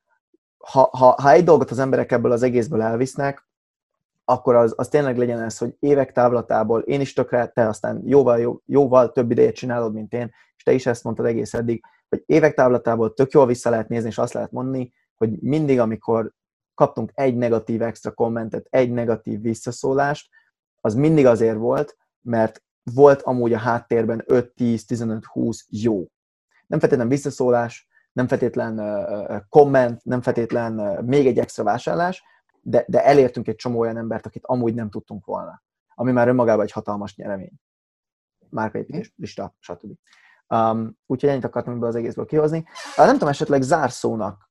ha egy dolgot az emberek ebből az egészből elvisznek, akkor az tényleg legyen ez, hogy évek távlatából én is tökre, te aztán jóval több idejét csinálod, mint én, és te is ezt mondtad egész eddig, hogy évek távlatából tök jól vissza lehet nézni, és azt lehet mondani, hogy mindig, amikor kaptunk egy negatív extra kommentet, egy negatív visszaszólást, az mindig azért volt, mert volt amúgy a háttérben 5-10-15-20 jó. Nem feltétlen visszaszólás, nem feltétlen komment, nem feltétlen még egy extra vásárlás, de elértünk egy csomó olyan embert, akit amúgy nem tudtunk volna. Ami már önmagában egy hatalmas nyeremény. Márkaépítés, lista, stb. Úgyhogy ennyit akartam ebből az egészből kihozni. Nem tudom, esetleg zárszónak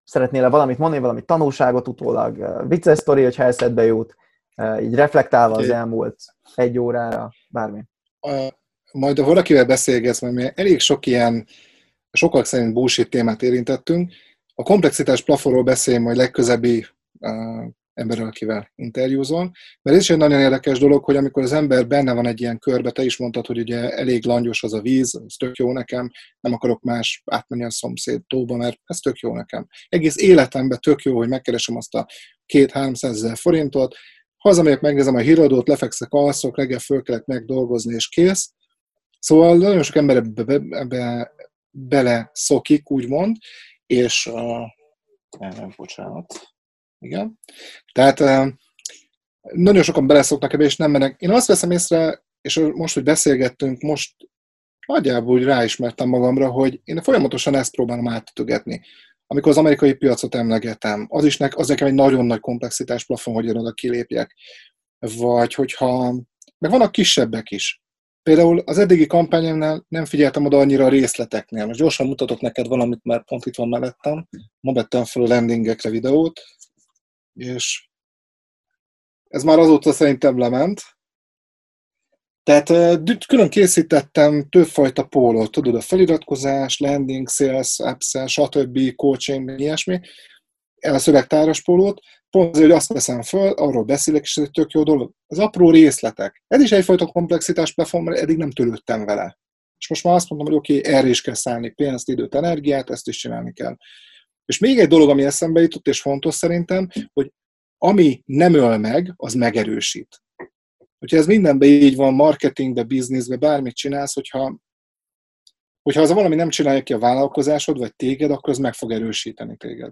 szeretnél valamit mondani, valami tanulságot utólag, vicces sztori, hogyha eszedbe jut, így reflektálva az elmúlt 1 órára, bármi. Majd ha valakivel beszélgetsz, mert mi elég sok ilyen, sokak szerint bullshit témát érintettünk, a komplexitás plafonról beszélj majd legközebbi emberrel, akivel interjúzol, mert ez is egy nagyon érdekes dolog, hogy amikor az ember benne van egy ilyen körbe, te is mondtad, hogy ugye elég langyos az a víz, ez tök jó nekem, nem akarok más átmenni a szomszéd tóba, mert ez tök jó nekem. Egész életemben tök jó, hogy megkeresem azt a 200-300 ezer forintot, hazamegyek, megnézem a híradót, lefekszek, alszok, reggel fölkelek megdolgozni, és kész. Szóval nagyon sok ember ebbe bele szokik, úgymond, és nem, bocsánat. Igen. Tehát nagyon sokan beleszoknak ebbe, és nem mennek. Én azt veszem észre, és most, hogy beszélgettünk, most nagyjából úgy ráismertem magamra, hogy én folyamatosan ezt próbálom átütögetni. Amikor az amerikai piacot emlegetem, az nekem egy nagyon nagy komplexitás plafon, hogy én oda kilépjek. Vagy hogyha, meg vannak kisebbek is. Például az eddigi kampányomnál nem figyeltem oda annyira a részleteknél. Most gyorsan mutatok neked valamit, mert pont itt van mellettem. Ma vettem fel a landingekre videót, és ez már azóta szerintem lement. Tehát külön készítettem többfajta pólót, tudod, a feliratkozás, landing, sales, upsell, stb., coaching, ilyesmi, a szövegtáros pólót, pont azért, hogy azt veszem föl, arról beszélek, és ez egy tök jó dolog. Az apró részletek. Ez is egyfajta komplexitás plafon, mert eddig nem törődtem vele. És most már azt mondom, hogy oké, erre is kell szállni pénzt, időt, energiát, ezt is csinálni kell. És még egy dolog, ami eszembe jutott, és fontos szerintem, hogy ami nem öl meg, az megerősít. Hogyha ez mindenben így van, marketingben, bizniszben, bármit csinálsz, hogyha az valami nem csinálja ki a vállalkozásod, vagy téged, akkor az meg fog erősíteni téged.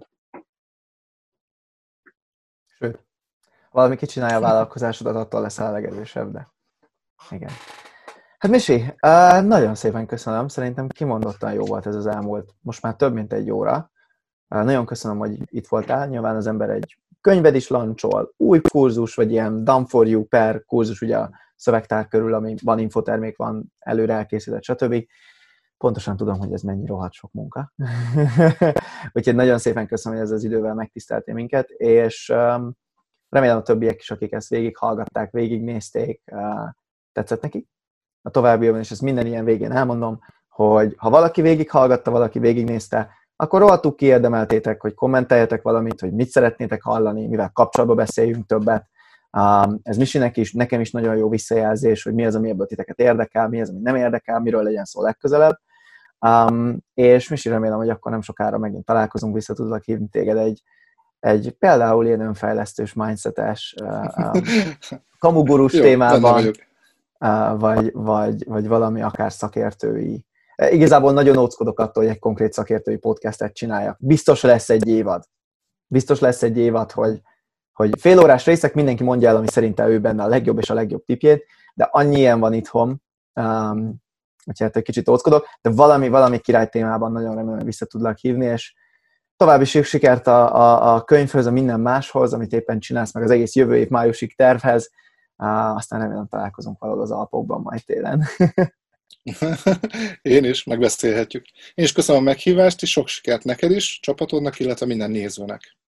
Sőt, valami kicsinálja a vállalkozásodat, attól leszel a legerősebb, de igen. Hát Misi, nagyon szépen köszönöm, szerintem kimondottan jó volt ez az elmúlt, most már több mint 1 óra. Nagyon köszönöm, hogy itt voltál, nyilván az ember egy könyved is lancsol, új kurzus, vagy ilyen done for you per kurzus, ugye a szövegtár körül, ami van infotermék, van előre elkészített, stb. Pontosan tudom, hogy ez mennyi rohadt sok munka. Úgyhogy nagyon szépen köszönöm, hogy ez az idővel megtiszteltél minket, és remélem a többiek is, akik ezt végighallgatták, végignézték, tetszett nekik. A továbbiakban, és ezt minden ilyen végén elmondom, hogy ha valaki végighallgatta, valaki végignézte, akkor rohadtul kiérdemeltétek, hogy kommenteljetek valamit, hogy mit szeretnétek hallani, mivel kapcsolatba beszéljünk többet. Ez Misinek is, nekem is nagyon jó visszajelzés, hogy mi az, ami ebből titeket érdekel, mi az, ami nem érdekel, miről legyen szó legközelebb. És Misi, remélem, hogy akkor nem sokára megint találkozunk, vissza tudlak hívni téged egy például ilyen önfejlesztős, mindsetes, kamugurus témában, vagy valami akár szakértői. Igazából nagyon óckodok attól, hogy egy konkrét szakértői podcastet csináljak. Biztos lesz egy évad, hogy félórás részek, mindenki mondja el, ami szerinte ő benne a legjobb és a legjobb tipjét, de annyi ilyen van itthon, úgyhogy hát egy kicsit óckodok, de valami király témában nagyon remélem, hogy vissza tudlak hívni, és további sikert a könyvhöz, a minden máshoz, amit éppen csinálsz, meg az egész jövő év májusig tervhez, aztán remélem találkozunk valahol az Alpokban majd télen. Én is, megbeszélhetjük. Én is köszönöm a meghívást, és sok sikert neked is, csapatodnak, illetve minden nézőnek.